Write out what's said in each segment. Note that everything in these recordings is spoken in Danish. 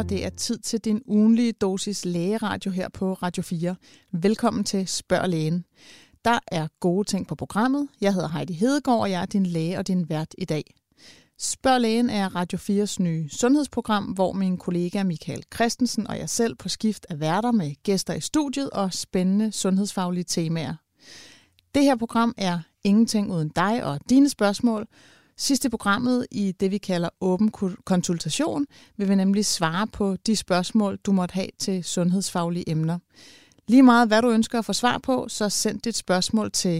og det er tid til din ugenlige dosis lægeradio her på Radio 4. Velkommen til Spørg Lægen. Der er gode ting på programmet. Jeg hedder Heidi Hedegaard, og jeg er din læge og din vært i dag. Spørg Lægen er Radio 4's nye sundhedsprogram, hvor min kollega Michael Christensen og jeg selv på skift er værter med gæster i studiet og spændende sundhedsfaglige temaer. Det her program er ingenting uden dig og dine spørgsmål. Sidst i programmet i det, vi kalder åben konsultation, vil vi nemlig svare på de spørgsmål, du måtte have til sundhedsfaglige emner. Lige meget hvad du ønsker at få svar på, så send dit spørgsmål til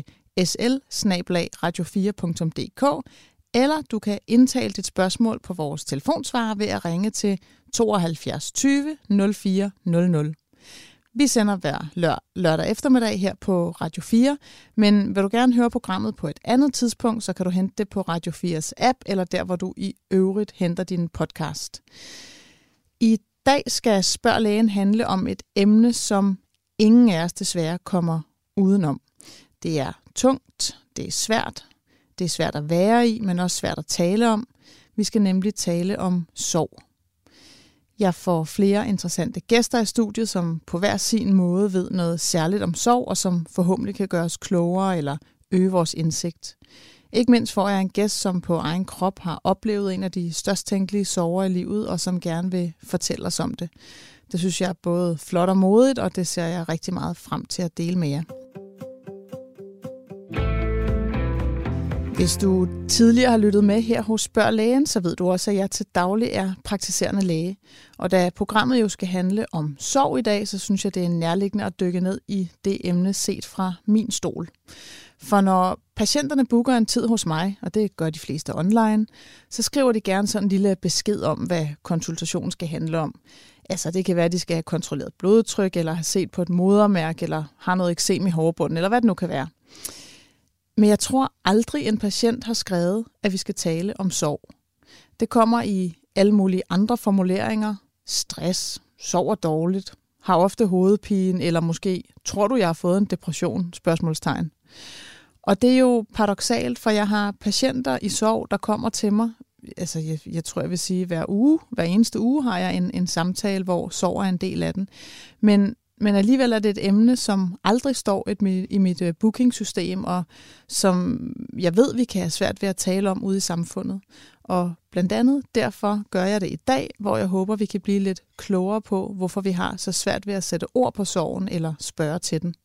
sl@radio4.dk, eller du kan indtale dit spørgsmål på vores telefonsvarer ved at ringe til 72 20 04 00. Vi sender hver lørdag eftermiddag her på Radio 4, men vil du gerne høre programmet på et andet tidspunkt, så kan du hente det på Radio 4's app, eller der, hvor du i øvrigt henter din podcast. I dag skal Spørg Lægen handle om et emne, som ingen af os desværre kommer udenom. Det er tungt, det er svært at være i, men også svært at tale om. Vi skal nemlig tale om sorg. Jeg får flere interessante gæster i studiet, som på hver sin måde ved noget særligt om sorg, og som forhåbentlig kan gøre os klogere eller øge vores indsigt. Ikke mindst får jeg en gæst, som på egen krop har oplevet en af de størst tænkelige sorger i livet, og som gerne vil fortælle os om det. Det synes jeg er både flot og modigt, og det ser jeg rigtig meget frem til at dele med jer. Hvis du tidligere har lyttet med her hos Spørg Lægen, så ved du også, at jeg til daglig er praktiserende læge. Og da programmet jo skal handle om sorg i dag, så synes jeg, det er nærliggende at dykke ned i det emne set fra min stol. For når patienterne booker en tid hos mig, og det gør de fleste online, så skriver de gerne sådan en lille besked om, hvad konsultationen skal handle om. Altså det kan være, at de skal have kontrolleret blodtryk, eller have set på et modermærke, eller har noget eksem i hårbunden, eller hvad det nu kan være. Men jeg tror aldrig, en patient har skrevet, at vi skal tale om sorg. Det kommer i alle mulige andre formuleringer. Stress, sover dårligt, har ofte hovedpine, eller måske tror du, jeg har fået en depression? Spørgsmålstegn. Og det er jo paradoksalt, for jeg har patienter i sorg, der kommer til mig. Altså jeg tror, jeg vil sige, hver eneste uge har jeg en samtale, hvor sorg er en del af den. Men alligevel er det et emne, som aldrig står i mit bookingsystem, og som jeg ved, vi kan have svært ved at tale om ude i samfundet. Og blandt andet derfor gør jeg det i dag, hvor jeg håber, vi kan blive lidt klogere på, hvorfor vi har så svært ved at sætte ord på sorgen eller spørge til den.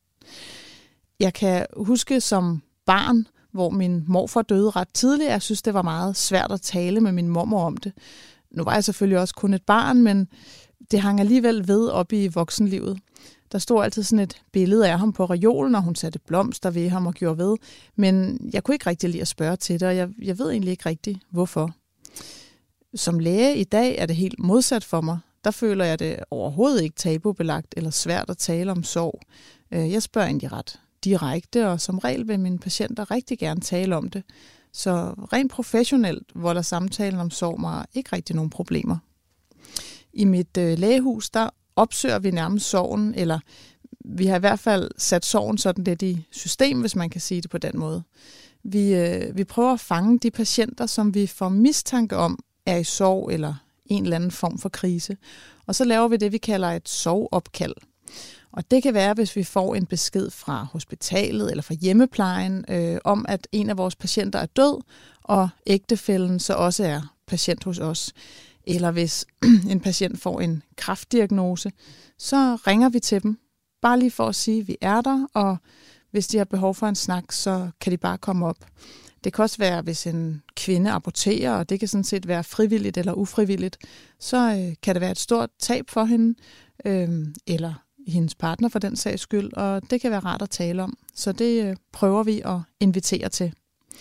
Jeg kan huske som barn, hvor min morfar døde ret tidligt. Jeg synes, det var meget svært at tale med min mormor om det. Nu var jeg selvfølgelig også kun et barn, men det hang alligevel ved op i voksenlivet. Der stod altid sådan et billede af ham på reolen, og hun satte blomster ved ham og gjorde ved. Men jeg kunne ikke rigtig lide at spørge til det, og jeg ved egentlig ikke rigtig, hvorfor. Som læge i dag er det helt modsat for mig. Der føler jeg det overhovedet ikke tabubelagt eller svært at tale om sorg. Jeg spørger egentlig ret direkte, og som regel vil mine patienter rigtig gerne tale om det. Så rent professionelt volder samtalen om sorg mig ikke rigtig nogen problemer. I mit lægehus, der opsøger vi nærmest sorgen, eller vi har i hvert fald sat sorgen sådan lidt i system, hvis man kan sige det på den måde. Vi prøver at fange de patienter, som vi får mistanke om, er i sorg eller en eller anden form for krise. Og så laver vi det, vi kalder et sorgopkald. Og det kan være, hvis vi får en besked fra hospitalet eller fra hjemmeplejen om, at en af vores patienter er død, og ægtefællen så også er patient hos os. Eller hvis en patient får en kræftdiagnose, så ringer vi til dem. Bare lige for at sige, at vi er der, og hvis de har behov for en snak, så kan de bare komme op. Det kan også være, hvis en kvinde aborterer, og det kan sådan set være frivilligt eller ufrivilligt, så kan det være et stort tab for hende, eller hendes partner for den sags skyld, og det kan være rart at tale om. Så det prøver vi at invitere til.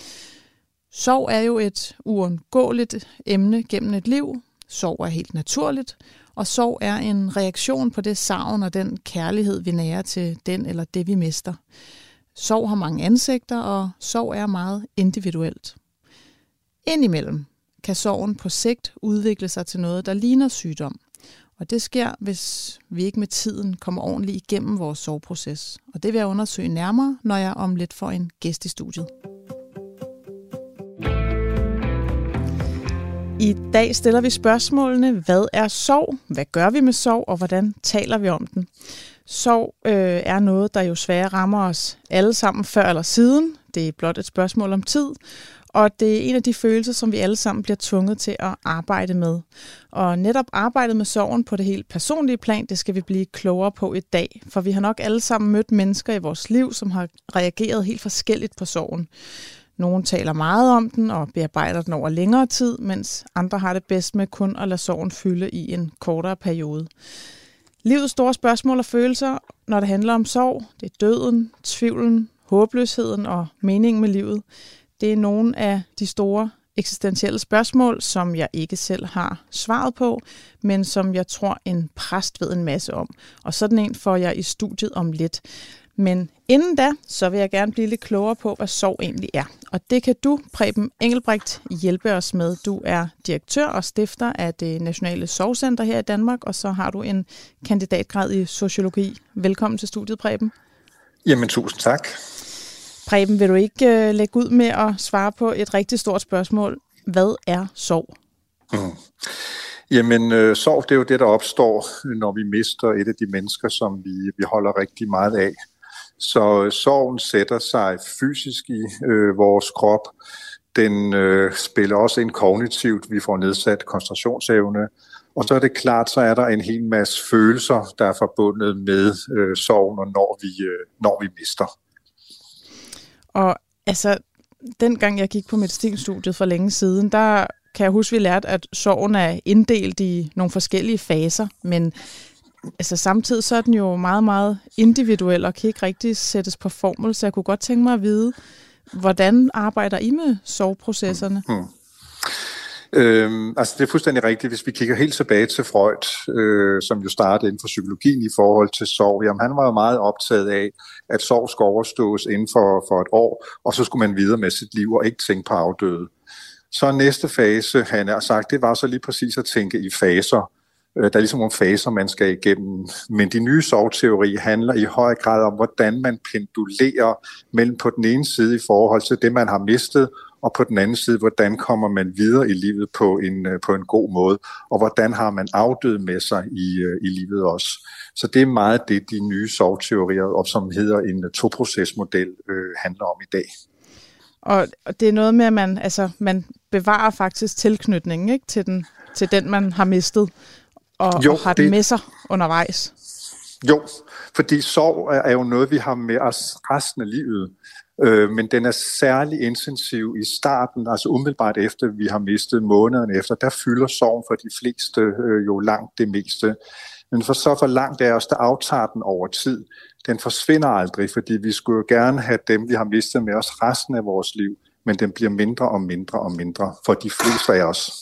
Sorg er jo et uundgåeligt emne gennem et liv. Sorg er helt naturligt, og sorg er en reaktion på det savn og den kærlighed, vi nærer til den eller det, vi mister. Sorg har mange ansigter, og sorg er meget individuelt. Indimellem kan sorgen på sigt udvikle sig til noget, der ligner sygdom. Og det sker, hvis vi ikke med tiden kommer ordentligt igennem vores sorgproces. Og det vil jeg undersøge nærmere, når jeg om lidt får en gæst i studiet. I dag stiller vi spørgsmålene, hvad er sorg, hvad gør vi med sorg, og hvordan taler vi om den? Sorg er noget, der jo svært rammer os alle sammen før eller siden. Det er blot et spørgsmål om tid, og det er en af de følelser, som vi alle sammen bliver tvunget til at arbejde med. Og netop arbejdet med sorgen på det helt personlige plan, det skal vi blive klogere på i dag, for vi har nok alle sammen mødt mennesker i vores liv, som har reageret helt forskelligt på sorgen. Nogle taler meget om den og bearbejder den over længere tid, mens andre har det bedst med kun at lade sorgen fylde i en kortere periode. Livets store spørgsmål og følelser, når det handler om sorg, det er døden, tvivlen, håbløsheden og meningen med livet. Det er nogle af de store eksistentielle spørgsmål, som jeg ikke selv har svaret på, men som jeg tror en præst ved en masse om. Og sådan en får jeg i studiet om lidt. Men inden da, så vil jeg gerne blive lidt klogere på, hvad sorg egentlig er. Og det kan du, Preben Engelbrecht, hjælpe os med. Du er direktør og stifter af det Nationale Sorgcenter her i Danmark, og så har du en kandidatgrad i sociologi. Velkommen til studiet, Preben. Jamen, tusind tak. Preben, vil du ikke lægge ud med at svare på et rigtig stort spørgsmål? Hvad er sorg? Jamen, sorg det er jo det, der opstår, når vi mister et af de mennesker, som vi holder rigtig meget af. Så sorgen sætter sig fysisk i vores krop. Den spiller også ind kognitivt. Vi får nedsat koncentrationsevne. Og så er det klart, så er der en hel masse følelser, der er forbundet med sorgen, og når vi mister. Og altså, dengang jeg gik på medicinstudiet for længe siden, der kan jeg huske, vi lærte, at sorgen er inddelt i nogle forskellige faser, men altså, samtidig så er den jo meget, meget individuel og kan ikke rigtig sættes på formel, så jeg kunne godt tænke mig at vide, hvordan arbejder I med sorgprocesserne? Altså det er fuldstændig rigtigt. Hvis vi kigger helt tilbage til Freud, som jo startede inden for psykologien i forhold til sorg, jamen han var jo meget optaget af, at sorg skulle overstås inden for et år, og så skulle man videre med sit liv og ikke tænke på afdøde. Så næste fase, han har sagt, det var så lige præcis at tænke i faser. Der er ligesom nogle faser, man skal igennem. Men de nye sorgteorier handler i høj grad om, hvordan man pendulerer mellem på den ene side i forhold til det, man har mistet, og på den anden side, hvordan kommer man videre i livet på en god måde, og hvordan har man afdød med sig i livet også. Så det er meget det, de nye sorgteorier, som hedder en toprocesmodel, handler om i dag. Og det er noget med, at man bevarer faktisk tilknytningen, ikke, til den, man har mistet, og har den med sig undervejs. Jo, fordi sorg er jo noget, vi har med os resten af livet. Men den er særlig intensiv i starten, altså umiddelbart efter vi har mistet måneden efter. Der fylder sorgen for de fleste jo langt det meste. Men for langt af os, der aftager den over tid. Den forsvinder aldrig, fordi vi skulle jo gerne have dem, vi har mistet med os resten af vores liv. Men den bliver mindre og mindre og mindre for de fleste af os.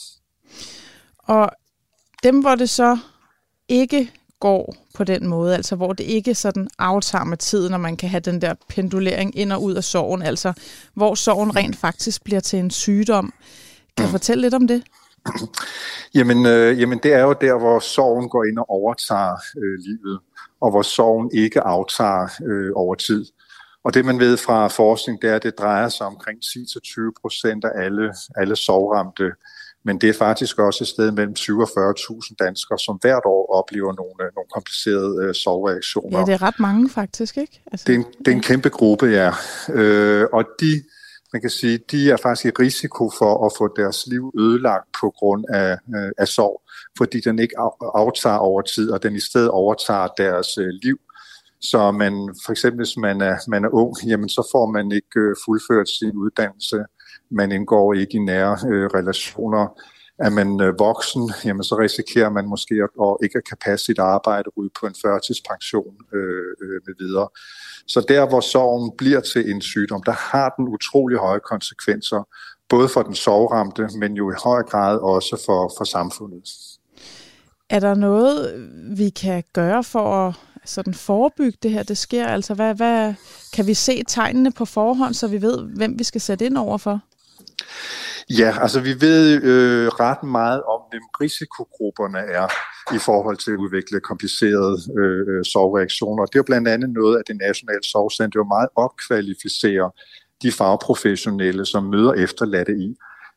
Og dem, hvor det så ikke går på den måde, altså hvor det ikke sådan aftager med tiden, og man kan have den der pendulering ind og ud af sorgen, altså hvor sorgen rent faktisk bliver til en sygdom. Kan du fortælle lidt om det? Jamen det er jo der, hvor sorgen går ind og overtager livet, og hvor sorgen ikke aftager over tid. Og det man ved fra forskning, det er, at det drejer sig omkring 10-20% af alle sorgramte. Men det er faktisk også et sted mellem 20.000 og 40.000 danskere, som hvert år oplever nogle komplicerede sorgreaktioner. Ja, det er ret mange faktisk, ikke? Altså, det er en kæmpe gruppe, ja. Og man kan sige, de er faktisk i risiko for at få deres liv ødelagt på grund af sorg, fordi den ikke aftager over tid, og den i stedet overtager deres liv. Så man, for eksempel hvis man er ung, jamen så får man ikke fuldført sin uddannelse. Man indgår ikke i nære relationer. Er man voksen, jamen så risikerer man måske at ikke kan passe sit arbejde ud på en førtidspension med videre. Så der, hvor sorgen bliver til en sygdom, der har den utrolig høje konsekvenser, både for den sorgramte, men jo i høj grad også for samfundet. Er der noget, vi kan gøre for at sådan forebygge det her, det sker? Altså, hvad kan vi se tegnene på forhånd, så vi ved, hvem vi skal sætte ind over for? Ja, altså vi ved ret meget om, hvem risikogrupperne er i forhold til at udvikle komplicerede sorgreaktioner. Det er jo blandt andet noget, at det Nationale Sorgcenter jo meget opkvalificerer de fagprofessionelle, som møder efterladte i.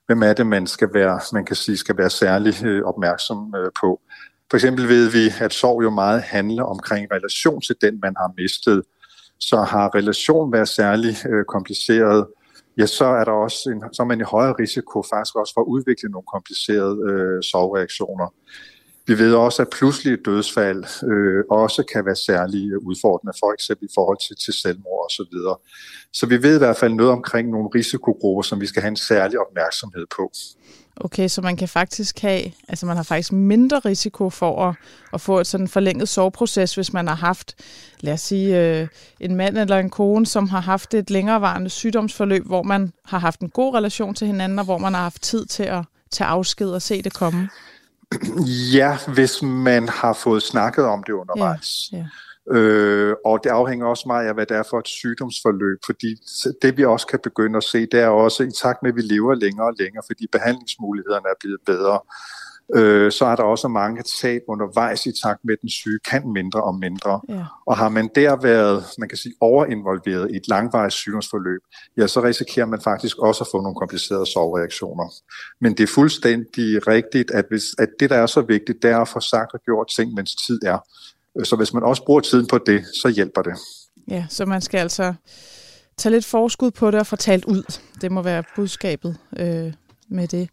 hvem er det, man kan sige, skal være særlig opmærksom på. For eksempel ved vi, at sorg jo meget handler omkring relation til den, man har mistet. Så har relationen været særlig kompliceret, ja, så er der også så er man i højere risiko faktisk også for at udvikle nogle komplicerede sorgreaktioner. Vi ved også, at pludselige dødsfald også kan være særlig udfordrende, for eksempel i forhold til selvmord osv. Så vi ved i hvert fald noget omkring nogle risikogrupper, som vi skal have en særlig opmærksomhed på. Okay, så man kan faktisk man har faktisk mindre risiko for at få et sådan forlænget sorgproces, hvis man har haft, lad os sige, en mand eller en kone, som har haft et længerevarende sygdomsforløb, hvor man har haft en god relation til hinanden, og hvor man har haft tid til at tage afsked og se det komme. Ja, hvis man har fået snakket om det undervejs. Ja. Og det afhænger også meget af, hvad det er for et sygdomsforløb, fordi det vi også kan begynde at se, det er også i takt med, at vi lever længere og længere, fordi behandlingsmulighederne er blevet bedre. Så er der også mange tab undervejs i takt med, at den syge kan mindre og mindre. Ja. Og har man der været, man kan sige, overinvolveret i et langvarigt sygdomsforløb, ja, så risikerer man faktisk også at få nogle komplicerede sorgreaktioner. Men det er fuldstændig rigtigt, at det, der er så vigtigt, det er at få sagt og gjort ting, mens tid er. Så hvis man også bruger tiden på det, så hjælper det. Ja, så man skal altså tage lidt forskud på det og få talt ud. Det må være budskabet med det.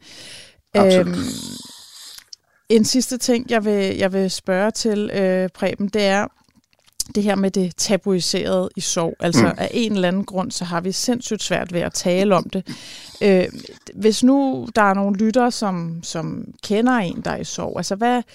En sidste ting, jeg vil spørge til, Preben, det er det her med det tabuiserede i sorg. Altså af en eller anden grund, så har vi sindssygt svært ved at tale om det. Hvis nu der er nogle lyttere, som kender en, der er i sorg, altså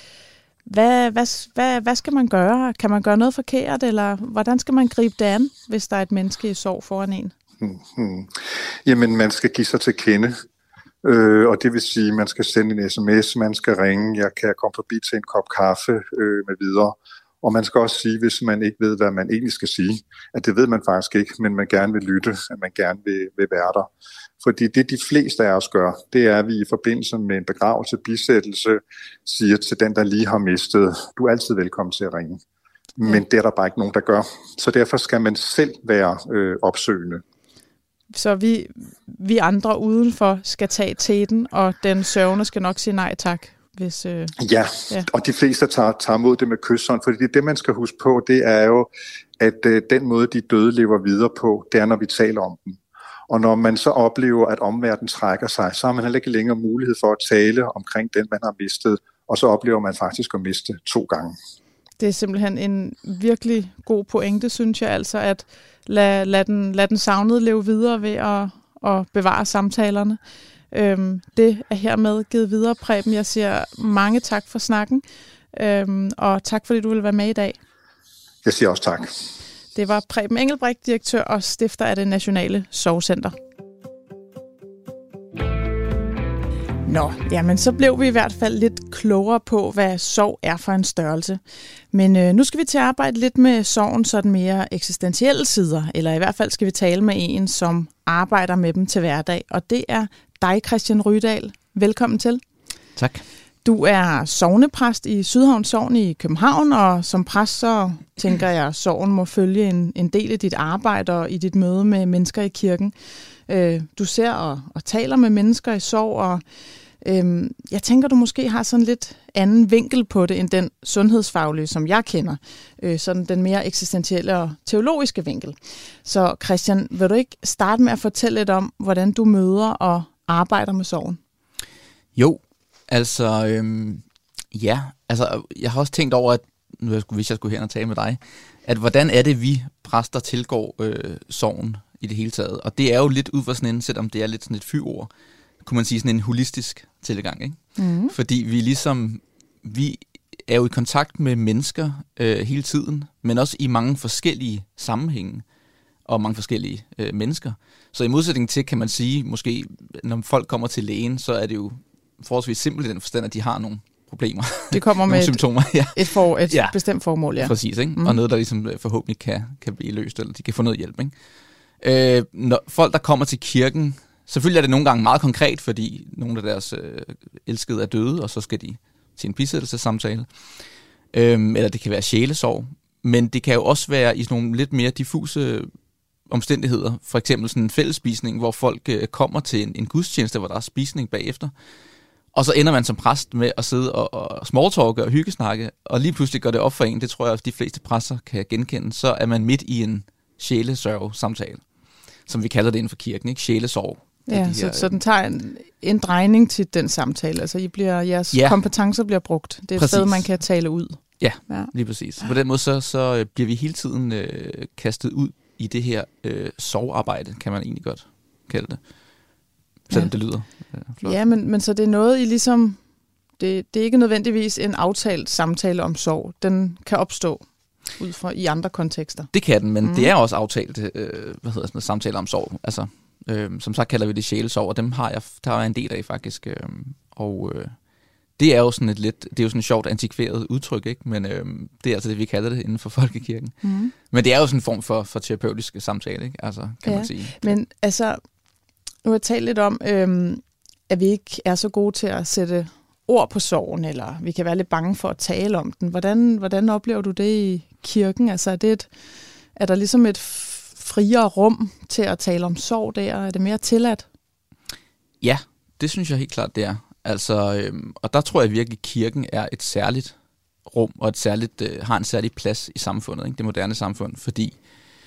hvad skal man gøre? Kan man gøre noget forkert, eller hvordan skal man gribe det an, hvis der er et menneske i sorg foran en? Jamen, man skal give sig til kende. Og det vil sige, at man skal sende en sms, man skal ringe, jeg kan komme forbi til en kop kaffe med videre. Og man skal også sige, hvis man ikke ved, hvad man egentlig skal sige, at det ved man faktisk ikke, men man gerne vil lytte, at man gerne vil være der. Fordi det de fleste af os gør, det er, at vi i forbindelse med en begravelse, bisættelse, siger til den, der lige har mistet, du er altid velkommen til at ringe. Men det er der bare ikke nogen, der gør. Så derfor skal man selv være opsøgende. Så vi andre udenfor skal tage teten, og den sørgende skal nok sige nej tak. Ja, og de fleste tager mod det med kysseren, fordi det man skal huske på, det er jo, at den måde, de døde lever videre på, det er, når vi taler om dem. Og når man så oplever, at omverdenen trækker sig, så har man heller ikke længere mulighed for at tale omkring den, man har mistet, og så oplever man faktisk at miste 2 gange. Det er simpelthen en virkelig god pointe, synes jeg, altså at lad den savnede leve videre ved at bevare samtalerne. Det er hermed givet videre, Preben. Jeg siger mange tak for snakken, og tak fordi du ville være med i dag. Jeg siger også tak. Det var Preben Engelbrecht, direktør og stifter af det Nationale Sorgcenter. Nå, jamen så blev vi i hvert fald lidt klogere på, hvad sorg er for en størrelse. Men nu skal vi til at arbejde lidt med sorgen sådan mere eksistentielle sider, eller i hvert fald skal vi tale med en, som arbejder med dem til hverdag, og det er dig, Christian Rydahl. Velkommen til. Tak. Du er sognepræst i Sydhavn Sogn i København, og som præst så tænker jeg, at sorgen må følge en del af dit arbejde og i dit møde med mennesker i kirken. Du ser og taler med mennesker i sorg, og jeg tænker, du måske har sådan lidt anden vinkel på det, end den sundhedsfaglige, som jeg kender. Sådan den mere eksistentielle og teologiske vinkel. Så Christian, vil du ikke starte med at fortælle lidt om, hvordan du møder og arbejder med sorgen? Jo, altså, jeg har også tænkt over, at hvis jeg skulle hen og tale med dig, at hvordan er det, vi præster tilgår sorgen i det hele taget? Og det er jo lidt ud fra sådan en, selvom det er lidt sådan et fyord, kunne man sige sådan en holistisk tilgang, ikke? Mm. Fordi vi er jo i kontakt med mennesker hele tiden, men også i mange forskellige sammenhænge og mange forskellige mennesker. Så i modsætning til, kan man sige, måske når folk kommer til lægen, så er det jo forholdsvis simpelt i den forstand, at de har nogle problemer. Det kommer med symptomer, et bestemt formål, ja. Præcis, ikke? Og noget, der ligesom forhåbentlig kan blive løst, eller de kan få noget hjælp, ikke? Når folk, der kommer til kirken, selvfølgelig er det nogle gange meget konkret, fordi nogle af deres elskede er døde, og så skal de til en bisættelsessamtale. Eller det kan være sjælesorg. Men det kan jo også være i sådan nogle lidt mere diffuse omstændigheder. For eksempel sådan en fællesspisning, hvor folk kommer til en gudstjeneste, hvor der er spisning bagefter. Og så ender man som præst med at sidde og smalltalke og hyggesnakke, og lige pludselig går det op for en, det tror jeg, at de fleste præster kan genkende, så er man midt i en sjælesørg-samtale, som vi kalder det inden for kirken, ikke? Sjælesorg. Ja, så den tager en drejning til den samtale, altså jeres kompetencer bliver brugt. Det er et sted, man kan tale ud. Ja, lige præcis. På den måde så bliver vi hele tiden kastet ud i det her sorgarbejde, kan man egentlig godt kalde det. Selvom det lyder flot. Ja, men så det er noget, I ligesom... Det er ikke nødvendigvis en aftalt samtale om sorg. Den kan opstå ud fra i andre kontekster. Det kan den, men det er også aftalt samtaler om sorg. Altså, som sagt kalder vi det sjælesorg, og dem der er en del af faktisk. Det er jo sådan det er jo sådan et sjovt antikveret udtryk, ikke? Men det er altså det, vi kalder det inden for folkekirken. Mm. Men det er jo sådan en form for terapeutisk samtale, ikke? Altså, kan man sige. Men altså... Nu har jeg talt lidt om, at vi ikke er så gode til at sætte ord på sorgen, eller vi kan være lidt bange for at tale om den. Hvordan oplever du det i kirken? Altså, er der ligesom et friere rum til at tale om sorg der? Er det mere tilladt? Ja, det synes jeg helt klart, det er. Altså, og der tror jeg virkelig, at kirken er et særligt rum, og har en særlig plads i samfundet, ikke? Det moderne samfund, fordi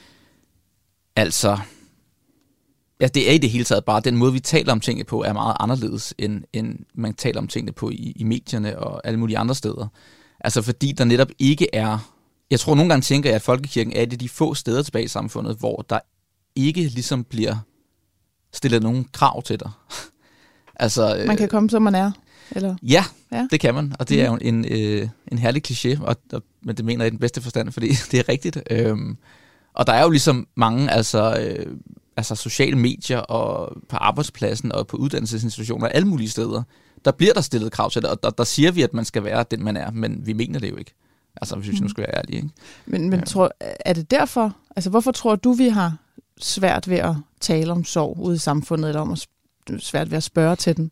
altså... Ja, det er i det hele taget bare, den måde, vi taler om tingene på, er meget anderledes, end man taler om tingene på i medierne og alle mulige andre steder. Altså fordi der netop ikke er... Jeg tror nogle gange tænker jeg, at folkekirken er et af de få steder tilbage i samfundet, hvor der ikke ligesom bliver stillet nogen krav til dig. Altså, man kan komme, som man er, eller? Ja, det kan man, og det er jo en herlig kliché, men det mener jeg i den bedste forstand, fordi det er rigtigt. Og der er jo ligesom mange, altså sociale medier og på arbejdspladsen og på uddannelsesinstitutioner og alle mulige steder, der bliver der stillet krav til det, og der siger vi, at man skal være den, man er, men vi mener det jo ikke. Altså, hvis vi nu skal være ærlige, ikke? Men er det derfor? Altså, hvorfor tror du, vi har svært ved at tale om sorg ude i samfundet, eller om svært ved at spørge til den?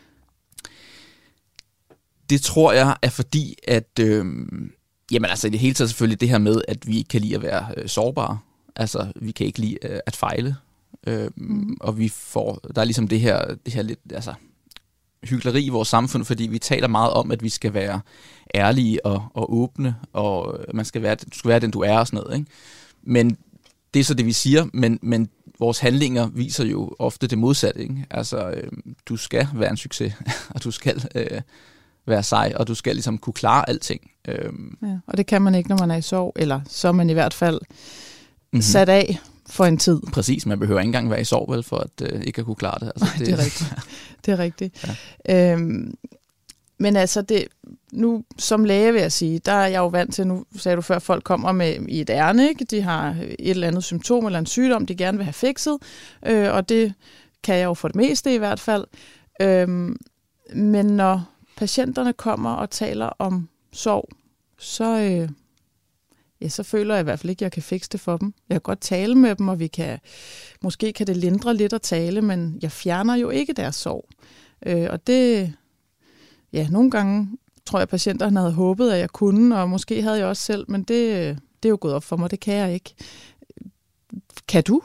Det tror jeg er fordi, at jamen altså i det hele taget selvfølgelig det her med, at vi ikke kan lide at være sårbare. Altså, vi kan ikke lide at fejle. Og der er ligesom det her lidt, altså, hykleri i vores samfund, fordi vi taler meget om, at vi skal være ærlige og åbne, og du skal være den, du er, og sådan noget, ikke? Men det er så det, vi siger, men vores handlinger viser jo ofte det modsatte, ikke? Altså, du skal være en succes, og du skal være sej, og du skal ligesom kunne klare alting. Ja, og det kan man ikke, når man er i sorg, eller så er man i hvert fald sat af for en tid. Præcis, man behøver ikke engang være i sorg, vel, for at ikke at kunne klare det. Altså, det er rigtigt. Det er rigtigt. Ja. Men altså, nu som læge vil jeg sige, der er jeg jo vant til, nu sagde du før, folk kommer med i et ærne, ikke? De har et eller andet symptom eller en sygdom, de gerne vil have fikset, og det kan jeg jo for det meste i hvert fald. Men når patienterne kommer og taler om sorg, så føler jeg i hvert fald ikke, at jeg kan fikse det for dem. Jeg kan godt tale med dem, og måske kan det lindre lidt at tale, men jeg fjerner jo ikke deres sorg. Og det, nogle gange tror jeg, patienterne havde håbet, at jeg kunne, og måske havde jeg også selv, men det er jo gået op for mig, det kan jeg ikke. Kan du?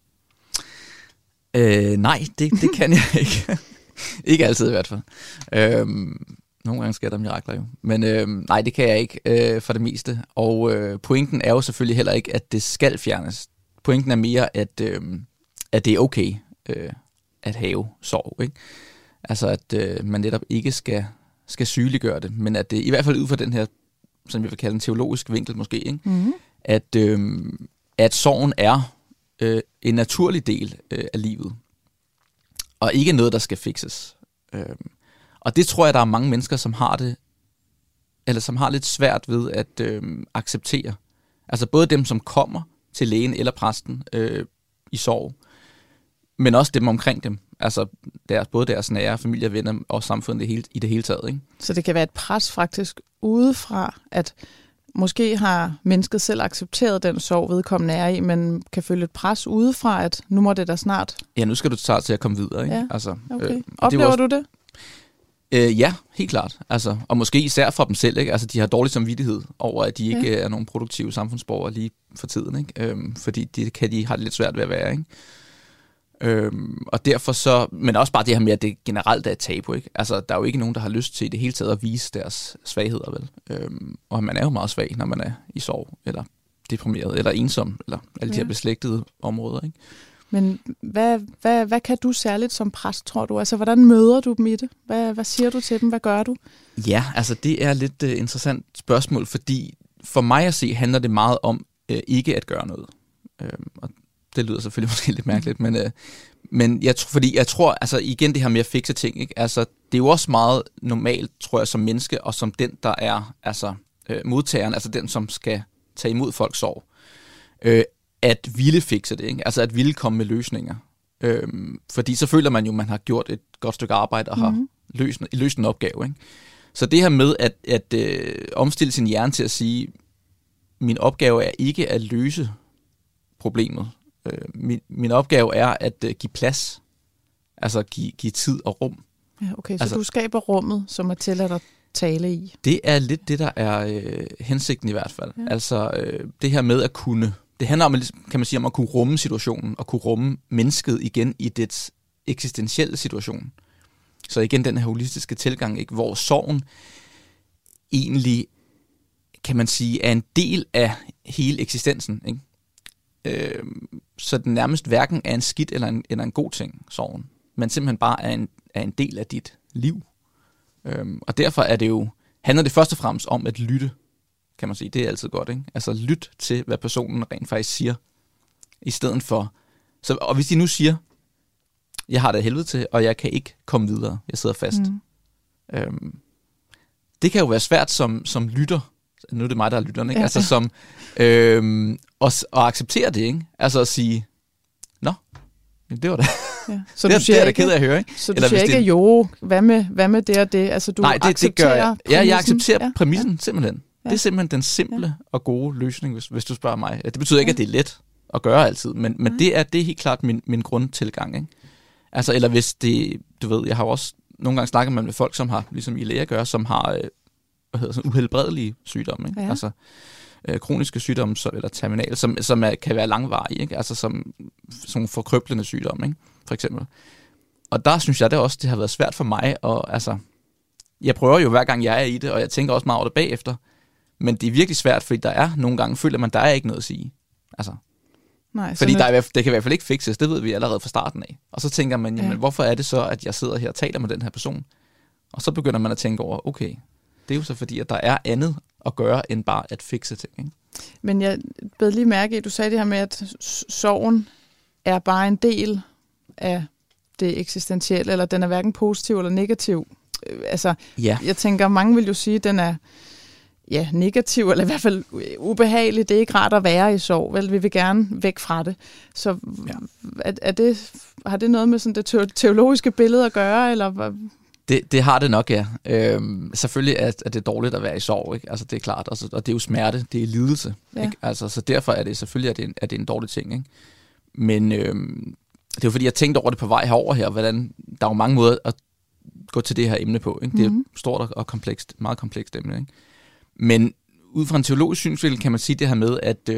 Nej, det kan jeg ikke. Ikke altid i hvert fald. Nogle gange sker der mirakler jo. Men nej, det kan jeg ikke for det meste. Og pointen er jo selvfølgelig heller ikke, at det skal fjernes. Pointen er mere, at det er okay at have sorg, ikke? Altså, at man netop ikke skal sygeliggøre det, men at det i hvert fald ud fra den her, som jeg vil kalde en teologisk vinkel måske, ikke? Mm-hmm. At sorgen er en naturlig del af livet, og ikke noget, der skal fikses. Og det tror jeg, der er mange mennesker, som har det, eller som har lidt svært ved at acceptere. Altså både dem, som kommer til lægen eller præsten i sorg, men også dem omkring dem. Altså både deres nære familie, venner og samfundet i det hele taget, ikke? Så det kan være et pres faktisk udefra, at måske har mennesket selv accepteret den sorg, vedkommende er i, men kan føle et pres udefra, at nu må det da snart... Ja, nu skal du tage til at komme videre, ikke? Ja, altså, okay. Oplever du det? Ja, helt klart. Altså, og måske især for dem selv, ikke? Altså, de har dårlig samvittighed over, at de ikke er nogen produktive samfundsborgere lige for tiden, ikke? Fordi de har det lidt svært ved at være, ikke? Og derfor så, men også bare det her med, at det generelt er et tabu, ikke? Altså, der er jo ikke nogen, der har lyst til i det hele taget at vise deres svagheder, vel? Og man er jo meget svag, når man er i sorg, eller deprimeret, eller ensom, eller alle de her beslægtede områder, ikke? Men hvad kan du særligt som præst, tror du? Altså, hvordan møder du dem i det? Hvad siger du til dem? Hvad gør du? Ja, altså det er lidt interessant spørgsmål, fordi for mig at se, handler det meget om ikke at gøre noget. Og det lyder selvfølgelig måske lidt mærkeligt, men jeg tror, altså igen det her med at fikse ting, ikke? Altså, det er jo også meget normalt, tror jeg, som menneske, og som den, der er altså, modtageren, altså den, som skal tage imod folks sorg, at ville fikse det, ikke? Altså at ville komme med løsninger. Fordi så føler man jo, at man har gjort et godt stykke arbejde og har løst en opgave, ikke? Så det her med at omstille sin hjerne til at sige, min opgave er ikke at løse problemet. Min opgave er at give plads, altså give tid og rum. Ja, okay, så altså, du skaber rummet, som er tilladt at tale i. Det er lidt det, der er hensigten i hvert fald. Ja. Altså det her med at kunne, det handler om, kan man sige, om at kunne rumme situationen, og kunne rumme mennesket igen i dets eksistentielle situation. Så igen den her holistiske tilgang, ikke, hvor sorgen egentlig, kan man sige, er en del af hele eksistensen, ikke? Så den nærmest hverken er en skidt eller en god ting, sorgen, men simpelthen bare er en del af dit liv. Og derfor handler det først og fremmest om at lytte, kan man sige. Det er altid godt, ikke? Altså lyt til, hvad personen rent faktisk siger, i stedet for. Og hvis de nu siger, jeg har det helvede til, og jeg kan ikke komme videre, jeg sidder fast. Det kan jo være svært som lytter. Nu er det mig, der er lytteren, ikke? Ja. Altså som at acceptere det, ikke? Altså at sige, nå, det var det. Ja. Så det, du siger det er ikke, da ked af at høre, ikke? Så du siger ikke, jo, hvad med det og det? Altså du accepterer det gør jeg. Ja, jeg accepterer præmissen, simpelthen. Ja. Det er simpelthen den simple og gode løsning, hvis du spørger mig. Det betyder ikke, at det er let at gøre altid, men det er helt klart min grundtilgang, ikke? Altså, eller hvis det, du ved, jeg har jo også nogle gange snakket med folk, som har, ligesom I læger gør, som har uhelbredelige sygdomme, ikke? Ja. Altså kroniske sygdomme, eller terminale, som kan være langvarige, ikke? Altså som sådan forkrøblende sygdomme, ikke? For eksempel. Og der synes jeg det også, det har været svært for mig, og altså, jeg prøver jo hver gang jeg er i det, og jeg tænker også meget over det bagefter, men det er virkelig svært, fordi der er nogle gange, føler man, der er ikke noget at sige. Altså, nej, fordi det kan i hvert fald ikke fikses, det ved vi allerede fra starten af. Og så tænker man, jamen, hvorfor er det så, at jeg sidder her og taler med den her person? Og så begynder man at tænke over, okay, det er jo så fordi, at der er andet at gøre, end bare at fikse ting, ikke? Men jeg bed lige mærke i, du sagde det her med, at sorgen er bare en del af det eksistentielle, eller den er hverken positiv eller negativ. Altså, jeg tænker, mange vil jo sige, at den er negativ, eller i hvert fald ubehagelig. Det er ikke rart at være i sorg, vel? Vi vil gerne væk fra det. Så har det noget med sådan det teologiske billede at gøre, eller? Det har det nok, ja. Selvfølgelig er det dårligt at være i sorg, ikke? Altså det er klart, og det er jo smerte, det er lidelse, ikke? Altså, så derfor er det selvfølgelig at det er en dårlig ting, ikke? Men det er jo fordi, jeg tænkte over det på vej herover her, hvordan der er jo mange måder at gå til det her emne på, ikke? Det er stort og komplekst, meget komplekst emne, ikke? Men ud fra en teologisk synsvinkel kan man sige det her med, at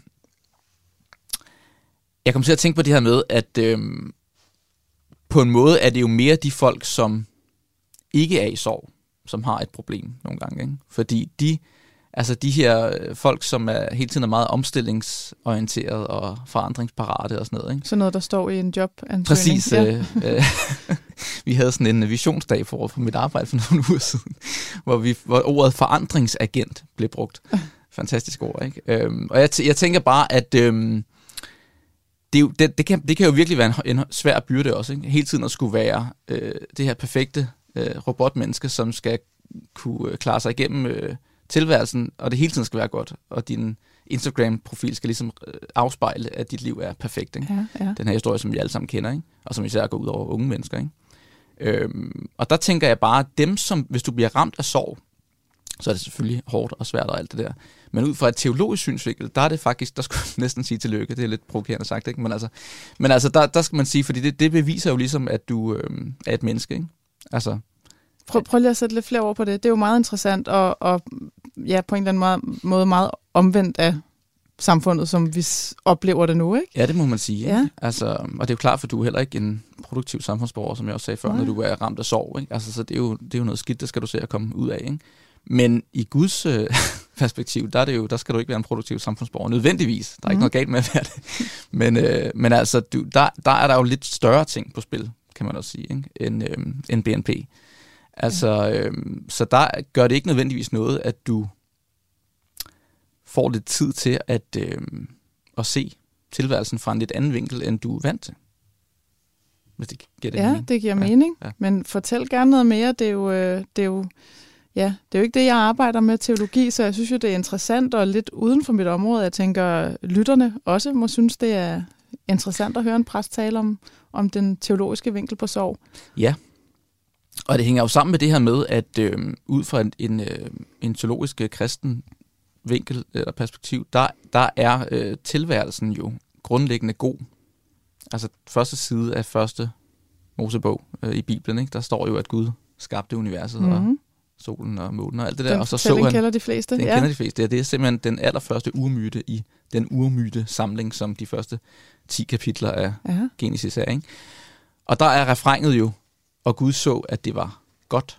jeg kommer til at tænke på det her med, at på en måde er det jo mere de folk, som ikke er i sorg, som har et problem nogle gange, ikke? Fordi de her folk, som er hele tiden er meget omstillingsorienteret og forandringsparate og sådan noget, ikke? Sådan noget, der står i en jobansøgning. Præcis. Vi havde sådan en visionsdag for mit arbejde for nogle uger siden, hvor ordet forandringsagent blev brugt. Fantastisk ord, ikke? Og jeg tænker bare, at det kan jo virkelig være en svær byrde også, ikke? Hele tiden at skulle være det her perfekte robotmenneske, som skal kunne klare sig igennem tilværelsen, og det hele tiden skal være godt, og din Instagram-profil skal ligesom afspejle, at dit liv er perfekt, ikke? Ja. Den her historie, som vi alle sammen kender, ikke? Og som især går ud over unge mennesker, ikke? Og der tænker jeg bare, dem som, hvis du bliver ramt af sorg, så er det selvfølgelig hårdt og svært og alt det der. Men ud fra et teologisk synsvinkel, der er det faktisk, der skulle jeg næsten sige tillykke, det er lidt provokerende sagt, ikke? Men altså der skal man sige, fordi det beviser jo ligesom, at du er et menneske, ikke? Altså, Prøv lige at sætte lidt flere ord på det. Det er jo meget interessant, og ja, på en eller anden måde meget omvendt af samfundet, som vi oplever det nu, ikke? Ja, det må man sige. Ja. Altså, og det er jo klart, for du er heller ikke en produktiv samfundsborger, som jeg også sagde før, når du er ramt af sorg. Ikke? Altså, så det er jo noget skidt, det skal du se at komme ud af. Ikke? Men i Guds perspektiv, der skal du ikke være en produktiv samfundsborger. Nødvendigvis. Der er ikke noget galt med at være det. Men altså, der er der jo lidt større ting på spil, kan man også sige, ikke? End BNP. Altså, så der gør det ikke nødvendigvis noget, at du får lidt tid til at se tilværelsen fra en lidt anden vinkel, end du er vant til. Hvis det giver det mening. Det giver mening. Ja. Men fortæl gerne noget mere. Det er jo ikke det, jeg arbejder med, teologi, så jeg synes jo, det er interessant og lidt uden for mit område. Jeg tænker, lytterne også må synes, det er interessant at høre en præst tale om den teologiske vinkel på sorg. Ja, og det hænger jo sammen med det her med, at ud fra en teologisk kristen vinkel eller perspektiv, der er tilværelsen jo grundlæggende god. Altså første side af første Mosebog i Bibelen, ikke? Der står jo, at Gud skabte universet og solen og månen og alt det der. Og så så han, kender de fleste. Den kender de fleste. Ja, det er simpelthen den allerførste urmyte i den urmyte samling, som de første 10 kapitler af Genesis er. Ikke? Og der er refrænget jo, og Gud så, at det var godt.